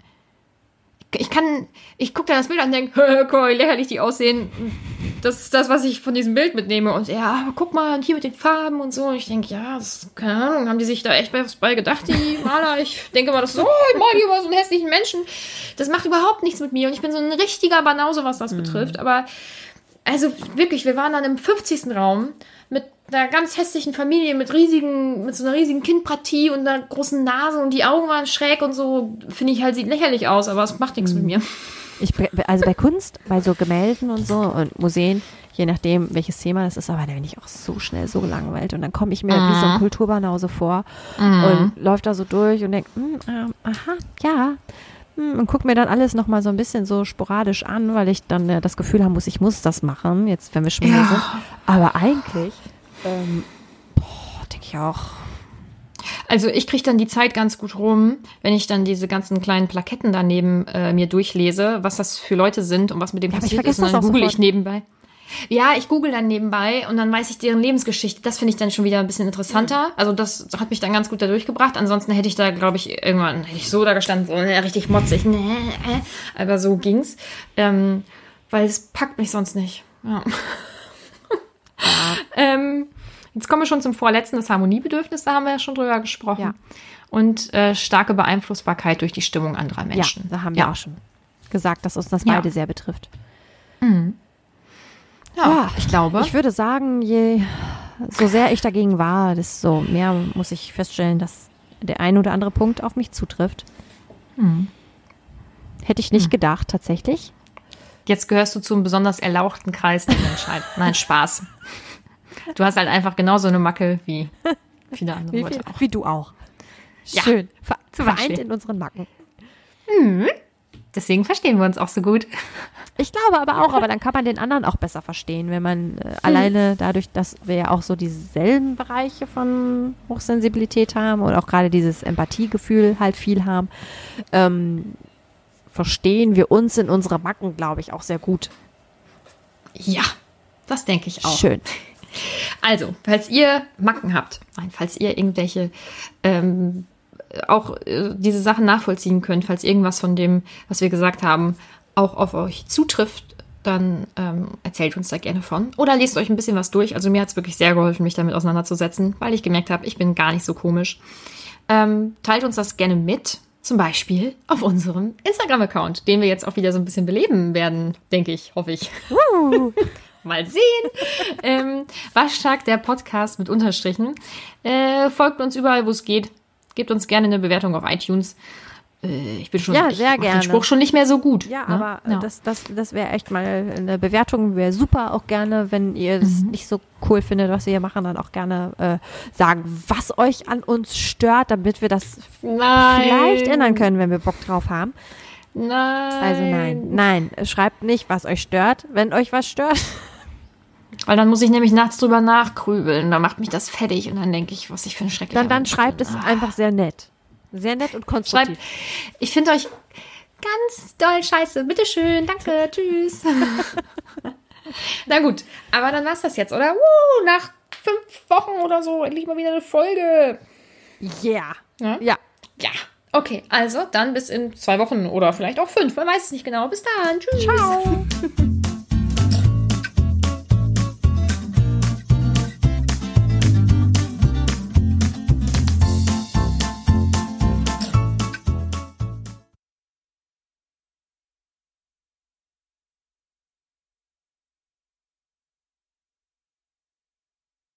ich gucke da das Bild an und denke, guck mal, wie lächerlich die aussehen. Das ist das, was ich von diesem Bild mitnehme. Und ja, aber guck mal, hier mit den Farben und so. Und ich denke, ja, keine Ahnung, haben die sich da echt was bei gedacht, die Maler? Ich denke mal, ich mal hier über so einen hässlichen Menschen. Das macht überhaupt nichts mit mir. Und ich bin so ein richtiger Banause, was das betrifft. Aber, also wirklich, wir waren dann im 50. Raum mit einer ganz hässlichen Familie, mit so einer riesigen Kinnpartie und einer großen Nase und die Augen waren schräg und so, finde ich halt, sieht lächerlich aus, aber es macht nichts mit mir. Also bei Kunst, bei so Gemälden und so und Museen, je nachdem, welches Thema das ist, aber da bin ich auch so schnell so gelangweilt und dann komme ich mir wie so ein Kulturbanause vor und läuft da so durch und denke, aha, ja, und gucke mir dann alles nochmal so ein bisschen so sporadisch an, weil ich dann das Gefühl haben muss, ich muss das machen, jetzt, wenn wir schon hier sind. Aber eigentlich, denke ich auch. Also ich kriege dann die Zeit ganz gut rum, wenn ich dann diese ganzen kleinen Plaketten daneben mir durchlese, was das für Leute sind und was mit dem passiert ist. Und dann google ich nebenbei. Ja, ich google dann nebenbei und dann weiß ich deren Lebensgeschichte. Das finde ich dann schon wieder ein bisschen interessanter. Also das hat mich dann ganz gut da durchgebracht. Ansonsten hätte ich da, glaube ich, irgendwann hätte ich so da gestanden, so richtig motzig. Aber so ging's. Weil es packt mich sonst nicht. Ja. Jetzt kommen wir schon zum vorletzten, das Harmoniebedürfnis, da haben wir ja schon drüber gesprochen. Ja. Und starke Beeinflussbarkeit durch die Stimmung anderer Menschen. Ja, da haben wir auch schon gesagt, dass uns das beide sehr betrifft. Ja, ich glaube. Ich würde sagen, so sehr ich dagegen war, desto mehr muss ich feststellen, dass der ein oder andere Punkt auf mich zutrifft. Hätte ich nicht gedacht, tatsächlich. Jetzt gehörst du zu einem besonders erlauchten Kreis der Menschheit. Nein, Spaß. Du hast halt einfach genauso eine Macke wie viele andere Leute auch. Wie du auch. Schön. Vereint in unseren Macken. Deswegen verstehen wir uns auch so gut. Ich glaube aber dann kann man den anderen auch besser verstehen, wenn man alleine dadurch, dass wir ja auch so dieselben Bereiche von Hochsensibilität haben und auch gerade dieses Empathiegefühl halt viel haben, verstehen wir uns in unserer Macken, glaube ich, auch sehr gut. Ja, das denke ich auch. Schön. Also, falls ihr Macken habt, falls ihr irgendwelche auch diese Sachen nachvollziehen könnt, falls irgendwas von dem, was wir gesagt haben, auch auf euch zutrifft, dann erzählt uns da gerne von. Oder lest euch ein bisschen was durch. Also mir hat es wirklich sehr geholfen, mich damit auseinanderzusetzen, weil ich gemerkt habe, ich bin gar nicht so komisch. Teilt uns das gerne mit. Zum Beispiel auf unserem Instagram-Account, den wir jetzt auch wieder so ein bisschen beleben werden, denke ich, hoffe ich. Mal sehen. Waschtag, der Podcast mit Unterstrichen. Folgt uns überall, wo es geht. Gebt uns gerne eine Bewertung auf iTunes. Ich sehr mach gerne. Den Spruch schon nicht mehr so gut. Ja, ne? aber das wäre echt mal eine Bewertung, wäre super. Auch gerne, wenn ihr das nicht so cool findet, was wir hier machen, dann auch gerne sagen, was euch an uns stört, damit wir das vielleicht ändern können, wenn wir Bock drauf haben. Nein. Also nein, schreibt nicht, was euch stört, wenn euch was stört. Weil dann muss ich nämlich nachts drüber nachgrübeln. Da macht mich das fertig und dann denke ich, was ich für ein schrecklicher Dann Mensch schreibt bin. es einfach sehr nett. Sehr nett und konstruktiv. Ich finde euch ganz doll scheiße. Bitteschön, danke, tschüss. Na gut, aber dann war's das jetzt, oder? Nach 5 Wochen oder so endlich mal wieder eine Folge. Yeah. Ja? Ja. Ja. Okay, also dann bis in 2 Wochen oder vielleicht auch 5. Man weiß es nicht genau. Bis dann. Tschüss. Ciao.